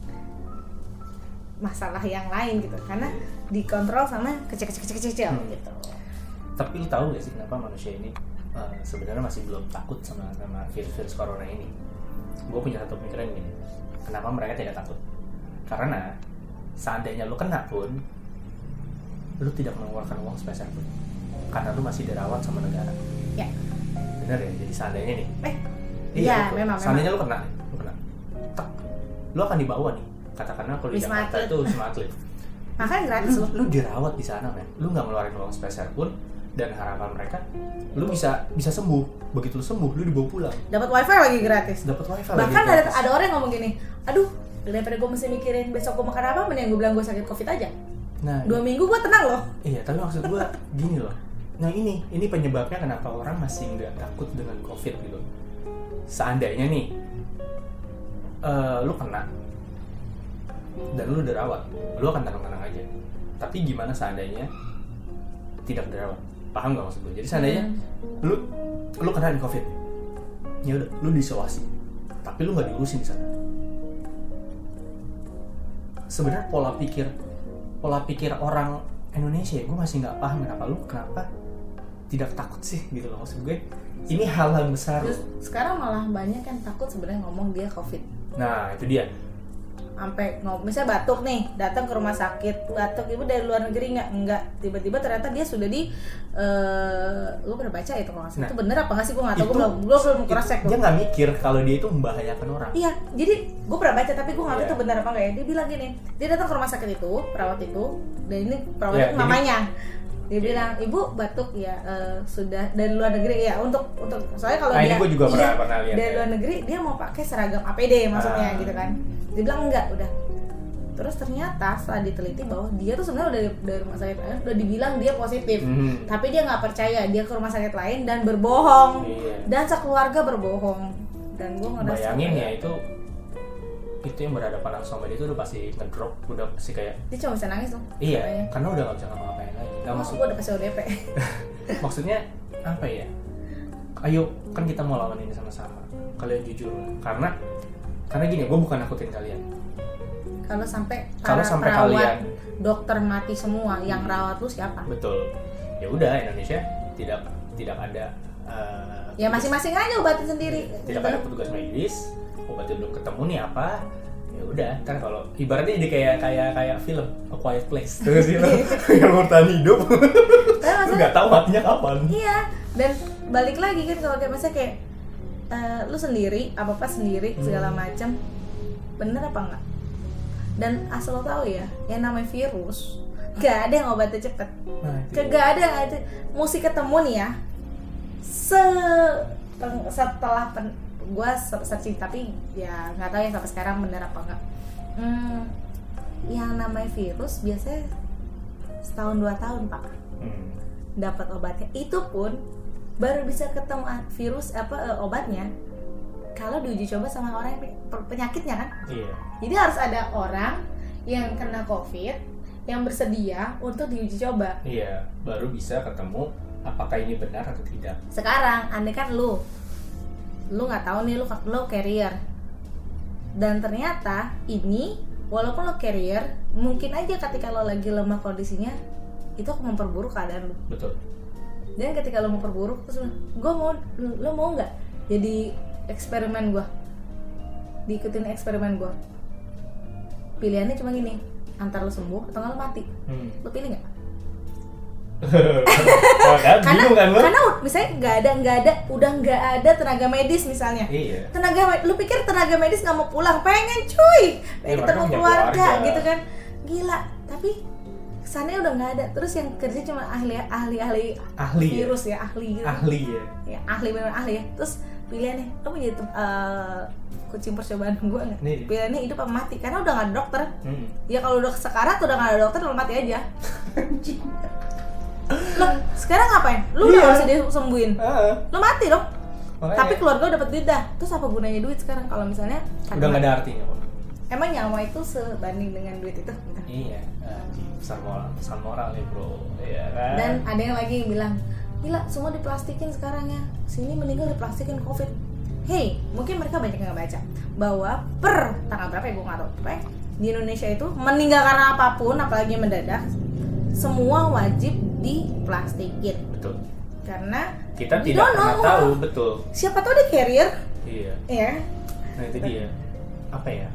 masalah yang lain gitu, karena dikontrol sama kecil-kecil-kecil hmm. gitu. Tapi lu tahu gak sih kenapa manusia ini uh, sebenarnya masih belum takut sama sama virus-virus corona ini? Gue punya satu pemikiran gini, kenapa mereka tidak takut? Karena seandainya lu kena pun, lu tidak mengeluarkan uang sepeser pun, karena lu masih dirawat sama negara. Ya. Bener ya? Jadi seandainya nih. Eh. Iya, ya, memang. Seandainya memang. lu kena, lu kena, tak, lu akan dibawa nih. Katakanlah kalau di Jakarta itu Wisma Atlet. Makan gratis lu, lu dirawat di sana, men. Lu nggak ngeluarin uang sepeser pun, dan harapan mereka, lu bisa bisa sembuh. Begitu lu sembuh, lu dibawa pulang. Dapat wifi lagi gratis. Dapat wifi Bahkan lagi gratis. Bahkan ada ada orang yang ngomong gini, aduh, daripada gue mesti mikirin besok gue makan apa, mending gue bilang gue sakit covid aja. Nah, dua iya. minggu gue tenang loh. Iya, tapi maksud gue gini loh. Nah ini, ini penyebabnya kenapa orang masih nggak takut dengan covid gitu. Seandainya nih, uh, lu kena dan lu dirawat, lu akan tenang-tenang aja. Tapi gimana seandainya tidak dirawat? Paham nggak maksud gue? Jadi seandainya hmm. lu lu kena covid, ya udah, lu diisolasi, tapi lu nggak diurusin di sana. Sebenarnya pola pikir pola pikir orang Indonesia, gue masih nggak paham kenapa lu kenapa tidak takut sih gitu loh, maksud gue. Ini hal yang besar. Terus sekarang malah banyak yang takut sebenarnya ngomong dia covid. Nah itu dia. Sampai ngomong, misalnya batuk nih, datang ke rumah sakit, batuk, ibu dari luar negeri nggak? Enggak, tiba-tiba ternyata dia sudah di, uh, lu pernah baca itu kalau nggak salah, nah, itu bener apa nggak sih? Gue nggak tahu, gue belum, gue belum cross check. Dia nggak mikir kalau dia itu membahayakan orang. Iya, jadi gue pernah baca tapi gue nggak tahu yeah. itu benar apa nggak ya. Dia bilang gini, dia datang ke rumah sakit itu, perawat itu, dan ini perawat yeah, itu namanya. Dia bilang, ibu batuk ya uh, sudah dari luar negeri ya, untuk untuk soalnya kalau nah, dia ini juga iya, pernah lihat, dari ya. luar negeri dia mau pakai seragam A P D maksudnya ah. gitu kan. Dia bilang enggak, udah. Terus ternyata setelah diteliti bahwa dia tuh sebenarnya udah dari rumah sakit lain udah dibilang dia positif, hmm. tapi dia nggak percaya, dia ke rumah sakit lain dan berbohong, iya. dan sekeluarga berbohong. Dan gue ngerasa bayangin ya itu itu yang berhadapan langsung sama dia itu udah pasti ngedrop, udah pasti kayak dia cuma bisa nangis tuh. Iya, kayaknya. Karena udah nggak bisa ngapa-ngapain lagi. Nggak oh, maksud gue udah pasti O D P. Maksudnya apa ya? Ayo kan kita mau lawan ini sama-sama. Kalian jujur lah. Karena karena gini, gue bukan nakutin kalian. Kalau sampai kalau sampai kalian dokter mati semua, yang rawat lu siapa? Betul. Ya udah, Indonesia tidak tidak ada uh, ya masing-masing aja obatin sendiri. Tidak gitu. Ada petugas medis, obatnya belum ketemu nih apa? Ya udah, kan kalau ibaratnya jadi kayak kayak kayak film A Quiet Place. Terus gitu. Yang bertahan hidup. Lu enggak tahu matinya kapan. Iya, dan balik lagi kan kalau kayak masa kayak uh, lu sendiri, apa-apa sendiri segala macam. Bener apa enggak? Dan asal lo tahu ya, yang namanya virus gak ada yang obatnya cepet. Nah, gak ada yang ada. Mesti ketemu nih ya se setelah pen, gue searching tapi ya nggak tahu ya sampai sekarang benar apa enggak. Hmm, yang namanya virus biasanya setahun dua tahun pak hmm. dapat obatnya. Itu pun baru bisa ketemu virus apa obatnya kalau diuji coba sama orang yang penyakitnya kan. Iya. Jadi harus ada orang yang kena COVID yang bersedia untuk diuji coba. Iya, baru bisa ketemu apakah ini benar atau tidak. Sekarang, andai kan lu, lu nggak tahu nih lu lu carrier, dan ternyata ini walaupun lo carrier, mungkin aja ketika lo lagi lemah kondisinya itu akan memperburuk keadaan lu. Betul. Dan ketika lo memperburuk, terus gue mau, lo mau nggak jadi eksperimen gue, diikutin eksperimen gue. Pilihannya cuma gini, antara lo sembuh atau nggak lo mati. hmm. Lo pilih nggak? Oh, kan? karena kan, karena misalnya nggak ada nggak ada udah nggak ada tenaga medis misalnya. Iya. Tenaga, lu pikir tenaga medis nggak mau pulang? Pengen cuy, pengen ya, ketemu keluarga, keluarga gitu kan. Gila, tapi kesannya udah nggak ada. Terus yang kerja cuma ahli ahli ahli, ahli virus ya, ya ahli gitu. Ahli ya. Ya ahli benar ahli ya. Terus pilihannya, lo mau jadi uh, kucing percobaan gue nggak? Pilihannya hidup apa mati? Karena udah nggak ada dokter. Hmm. Ya kalau udah sekarat udah nggak ada dokter, lo mati aja. Lo sekarang ngapain? Lu udah nggak bisa disembuhin. Uh. Lo mati dong. Makanya. Tapi keluarga udah dapat duit dah. Terus apa gunanya duit sekarang kalau misalnya udah nggak ada artinya kok. Emang nyawa itu sebanding dengan duit itu? Iya. Pesan moral, pesan moral ya bro. Iya kan. Dan ada yang lagi yang bilang, gila semua diplastikin sekarang ya, sini meninggal diplastikin covid. Hey, mungkin mereka banyak yang nggak baca bahwa per tanggal berapa ya gue nggak tahu, pokoknya di Indonesia itu meninggal karena apapun, apalagi mendadak, semua wajib diplastikin. Betul. Karena kita tidak pernah know. tahu, betul. Siapa tahu dia carrier. Iya. Iya. Nah itu dia. Apa ya?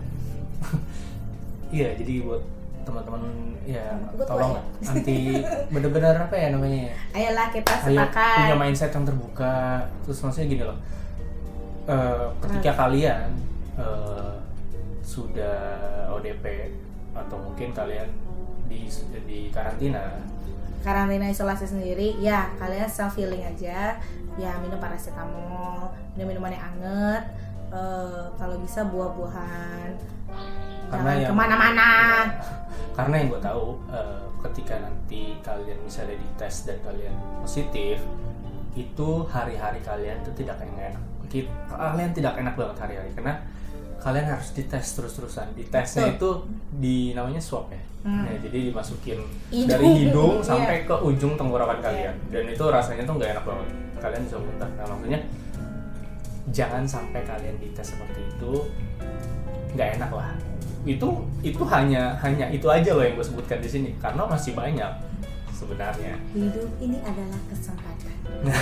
Iya, jadi buat teman-teman ya Gua tolong ya. anti bener-bener apa ya namanya? Ayolah kita Ayo sepakat. punya mindset yang terbuka. Terus maksudnya gini loh. Uh, ketika hmm. kalian uh, sudah O D P atau mungkin kalian di di karantina karantina isolasi sendiri, ya kalian self healing aja, ya minum paracetamol, minum minuman yang anget, uh, kalau bisa buah-buahan, karena jangan yang, kemana-mana. Karena yang gue tahu uh, ketika nanti kalian misalnya dites dan kalian positif, itu hari-hari kalian itu tidak enak. Kalian tidak enak banget hari-hari karena kalian harus dites terus-terusan. Ditesnya itu di namanya swab ya. Hmm. Nah, jadi dimasukin hidung. Dari hidung sampai yeah. ke ujung tenggorokan kalian. Yeah. Dan itu rasanya tuh nggak enak banget. Kalian bisa muntah. Nah, maksudnya jangan sampai kalian dites seperti itu. Nggak enak lah. Itu itu hanya hanya itu aja loh yang gue sebutkan di sini karena masih banyak sebenarnya. Hidup ini adalah kesempatan.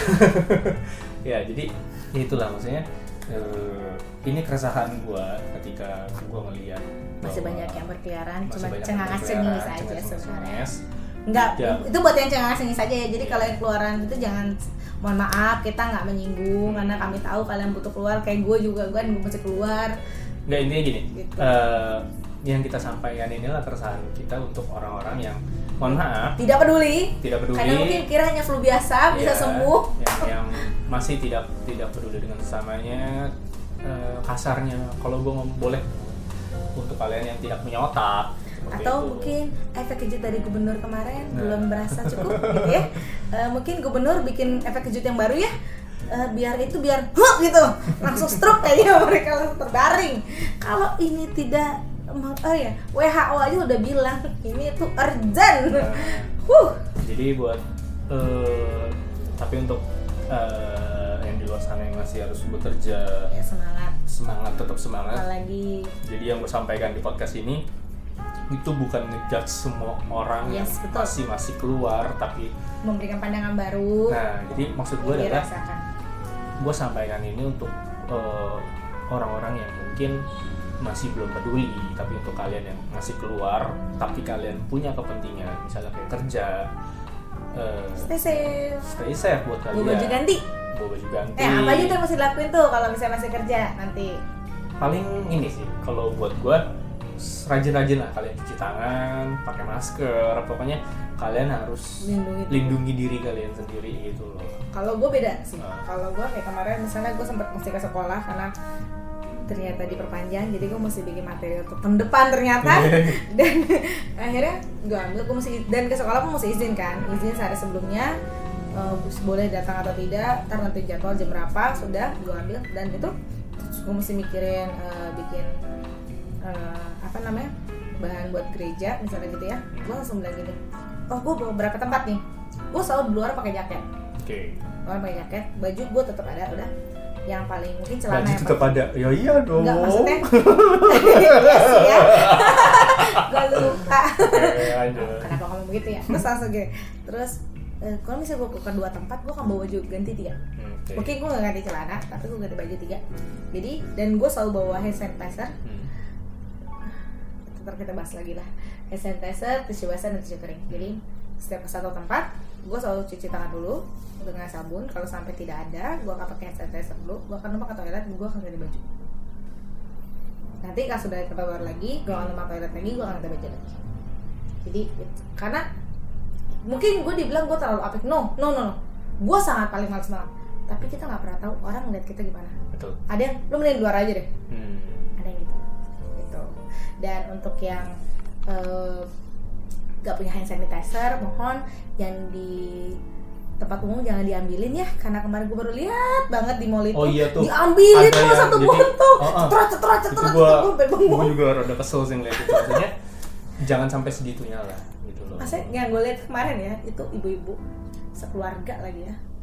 Ya, jadi ya itulah maksudnya. Uh, ini keresahan gue ketika gue ngeliat masih banyak yang berkeliaran, cuma cengangas-cengis aja sebenarnya. Enggak, ya. Itu buat yang cengangas-cengis aja ya. Jadi kalau yang keluaran itu jangan, mohon maaf kita nggak menyinggung karena kami tahu kalian butuh keluar. Kayak gue juga, gue kan mesti keluar. Nggak, intinya gini, gitu. uh, yang kita sampaikan inilah keresahan kita untuk orang-orang yang mohon maaf tidak peduli, tidak peduli karena mungkin kira hanya flu biasa bisa ya, sembuh. Yang, yang masih tidak tidak peduli dengan sesamanya, uh, kasarnya kalau gue ngomong boleh untuk kalian yang tidak punya otak atau itu. Mungkin efek kejut dari gubernur kemarin nah. belum berasa cukup gitu ya. Uh, mungkin gubernur bikin efek kejut yang baru ya. Uh, biar itu biar huh gitu langsung stroke kayaknya mereka langsung terbaring. Kalau ini tidak oh ya W H O aja udah bilang ini itu urgent. Nah, huh. Jadi buat uh, tapi untuk uh, yang di luar sana yang masih harus bekerja ya semangat semangat tetap semangat. Apalagi jadi yang gue sampaikan di podcast ini itu bukan ngejudge semua orang yes, yang betul. masih masih keluar tapi memberikan pandangan baru. Nah jadi maksud gue adalah dirasakan. Gue sampaikan ini untuk uh, orang-orang yang mungkin masih belum peduli, tapi untuk kalian yang masih keluar tapi kalian punya kepentingan misalnya kayak kerja, uh, stay safe stay safe buat kalian. Bawa baju ganti bawa baju ganti eh apa aja tuh yang mesti dilakuin tuh kalau misalnya masih kerja nanti? Paling ini sih kalau buat gue rajin-rajin lah kalian cuci tangan, pakai masker, pokoknya kalian harus lindungi, lindungi diri kalian sendiri gitu loh. Kalau gue beda sih. Uh. Kalau gue kayak kemarin misalnya gue sempat mesti ke sekolah karena ternyata diperpanjang, jadi gue mesti bikin materi untuk tahun depan ternyata. Dan akhirnya gue ambil, gue mesti dan ke sekolah gue mesti izin kan, izin sehari sebelumnya uh, boleh datang atau tidak, ntar nanti jadwal jam berapa sudah gue ambil dan itu gue mesti mikirin uh, bikin uh, apa namanya bahan buat gereja misalnya gitu ya. Gue langsung bilang gini, oh gue bawa berapa tempat nih, gue selalu di luar pakai jaket. Oke. Okay. Luar pakai jaket, baju gue tetap ada udah. Yang paling mungkin celana baju tetap ada, ya iya dong. Enggak maksudnya. Iya sih ya. Gue lupa. Kenapa kamu begitu ya? Terus langsung gitu. Terus eh, kalau misalnya gue ke dua tempat, gue akan bawa baju ganti tiga. Okay. Mungkin gue nggak ganti celana, tapi gue ganti baju tiga. Jadi dan gue selalu bawa hand sanitizer. Hmm. Ntar kita bahas lagi lah. Hand sanitizer, tisu basah dan tisu kering. Jadi setiap ke satu tempat, gue selalu cuci tangan dulu dengan sabun. Kalau sampai tidak ada, gue akan pakai hand sanitizer dulu. Gue akan numpang ke toilet, gue akan ganti baju. Nanti kalau sudah keluar lagi, gue akan numpang toilet lagi, gue akan ganti baju lagi. Jadi itu. Karena mungkin gue dibilang gue terlalu apik. No, no, no, no. Gue sangat paling malas banget. Tapi kita nggak pernah tahu orang ngeliat kita gimana. Betul. Ada yang lu mending di luar aja deh. Hmm. Ada yang gitu. Gitu. Dan untuk yang uh, gak punya hand sanitizer, mohon yang di tempat umum jangan diambilin ya, karena kemarin gue baru lihat banget di mall itu. Oh iya tuh. Diambilin tuh satu botol. Cetrat cetrat cetrat. Gue juga rada kesel sih ngeliat itu. Maksudnya jangan sampai segitunya lah gitu loh. Maksudnya yang gue lihat kemarin ya, itu ibu-ibu sekeluarga lagi ya,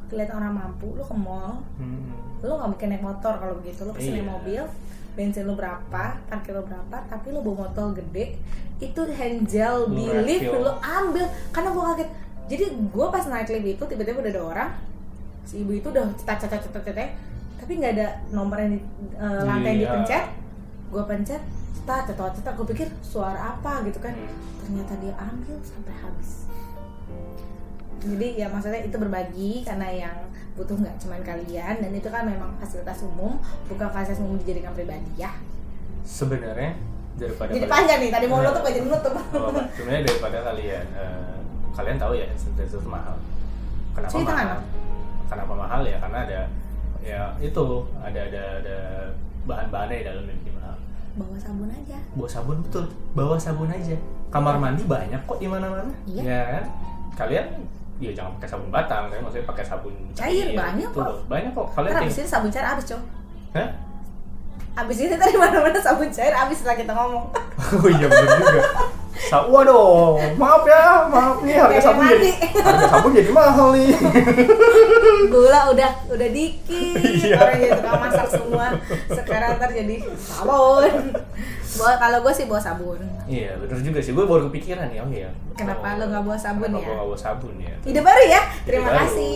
lihat orang mampu, lu ke mall, hmm. lu nggak mungkin naik motor kalau begitu, lu pasti naik mobil, bensin lu berapa, parkir lu berapa, tapi lu bawa motor gede, itu handgel di lift lu ambil, karena gue kaget. Jadi gue pas naik lift itu tiba-tiba udah ada orang, si ibu itu udah cetak-cetak-cetak, tapi nggak ada nomor yang di uh, lantai yang dipencet, gue pencet, cetak, cetak, cetak, gue pikir suara apa gitu kan, ternyata dia ambil sampai habis. Jadi ya maksudnya itu berbagi karena yang butuh nggak cuman kalian, dan itu kan memang fasilitas umum, bukan fasilitas umum dijadikan pribadi ya. Sebenarnya daripada jadi panjang nih, tadi mau nutup aja nutup. Oh, sebenarnya daripada kalian uh, kalian tahu ya sanitizer itu mahal. Kenapa Cerita mahal? Kan? Kenapa mahal ya? Karena ada ya itu ada ada ada bahan-bahannya di dalamnya yang mahal. Bawa sabun aja. Bawa sabun betul. Bawa sabun aja. Kamar mandi banyak kok di mana-mana. Iya. Ya kan? Kalian ya jangan pakai sabun batang, tapi maksudnya pakai sabun cair, cair banyak gitu. kok. Banyak kok. Kalian kan abis ini sabun cair abis, Cok. Hah? Abis ini tadi mana-mana sabun cair abis setelah kita ngomong. Oh iya benar juga. Sa- Waduh, maaf ya, maaf nih harga sabun jadi harga sabun jadi mahal nih. Gula udah udah dikit, Iya. orang jadi tukang masak semua. Sekarang ntar jadi sabun. Bawa kalau gue sih bawa sabun. Iya benar juga sih, gue baru kepikiran ya, oh iya. Kenapa oh, lo nggak bawa sabun kenapa ya? gue nggak bawa sabun ya? Ide baru ya, terima baru. kasih.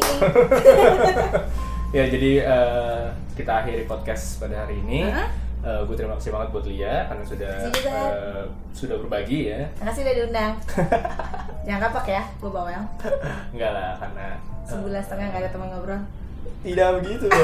Ya jadi uh, kita akhiri podcast pada hari ini. Uh-huh. Uh, gue terima kasih banget buat Lia karena sudah uh, sudah berbagi ya. Terima kasih udah diundang. Jangan kapak ya, gue bawel. Enggak lah, karena uh, sebulan setengah nggak ada teman ngobrol. Tidak begitu dong.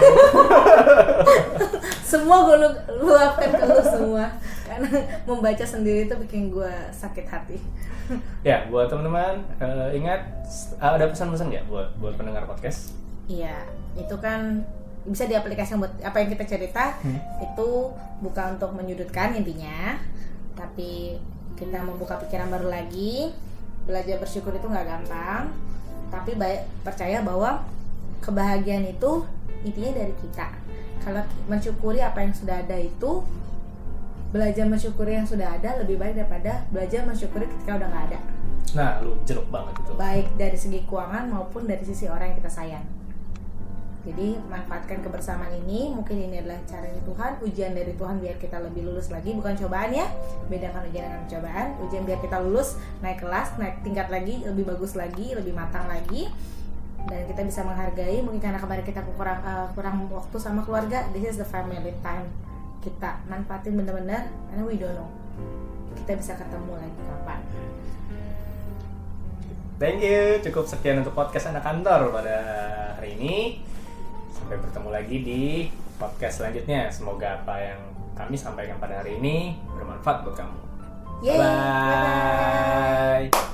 Semua gue lu, luapkan ke lu semua, karena membaca sendiri itu bikin gue sakit hati. Ya, buat teman-teman uh, ingat uh, ada pesan-pesan nggak buat buat pendengar podcast? Iya, itu kan bisa diaplikasikan buat apa yang kita cerita. hmm. Itu bukan untuk menyudutkan intinya, tapi kita membuka pikiran baru lagi. Belajar bersyukur itu nggak gampang, tapi baik, percaya bahwa kebahagiaan itu intinya dari kita. Kalau mensyukuri apa yang sudah ada itu, belajar mensyukuri yang sudah ada lebih baik daripada belajar mensyukuri ketika udah nggak ada. Nah, lu jeruk banget itu. Baik dari segi keuangan maupun dari sisi orang yang kita sayang. Jadi manfaatkan kebersamaan ini. Mungkin ini adalah caranya Tuhan, ujian dari Tuhan biar kita lebih lulus lagi, bukan cobaan ya. Bedakan ujian dengan cobaan. Ujian biar kita lulus, naik kelas, naik tingkat lagi, lebih bagus lagi, lebih matang lagi, dan kita bisa menghargai. Mungkin karena kemarin kita kurang uh, kurang waktu sama keluarga. This is the family time. Kita manfaatin benar-benar, karena we don't know kita bisa ketemu lagi kapan. Thank you. Cukup sekian untuk podcast anak kantor pada hari ini. Sampai bertemu lagi di podcast selanjutnya. Semoga apa yang kami sampaikan pada hari ini bermanfaat buat kamu. Yeay, bye. Bye.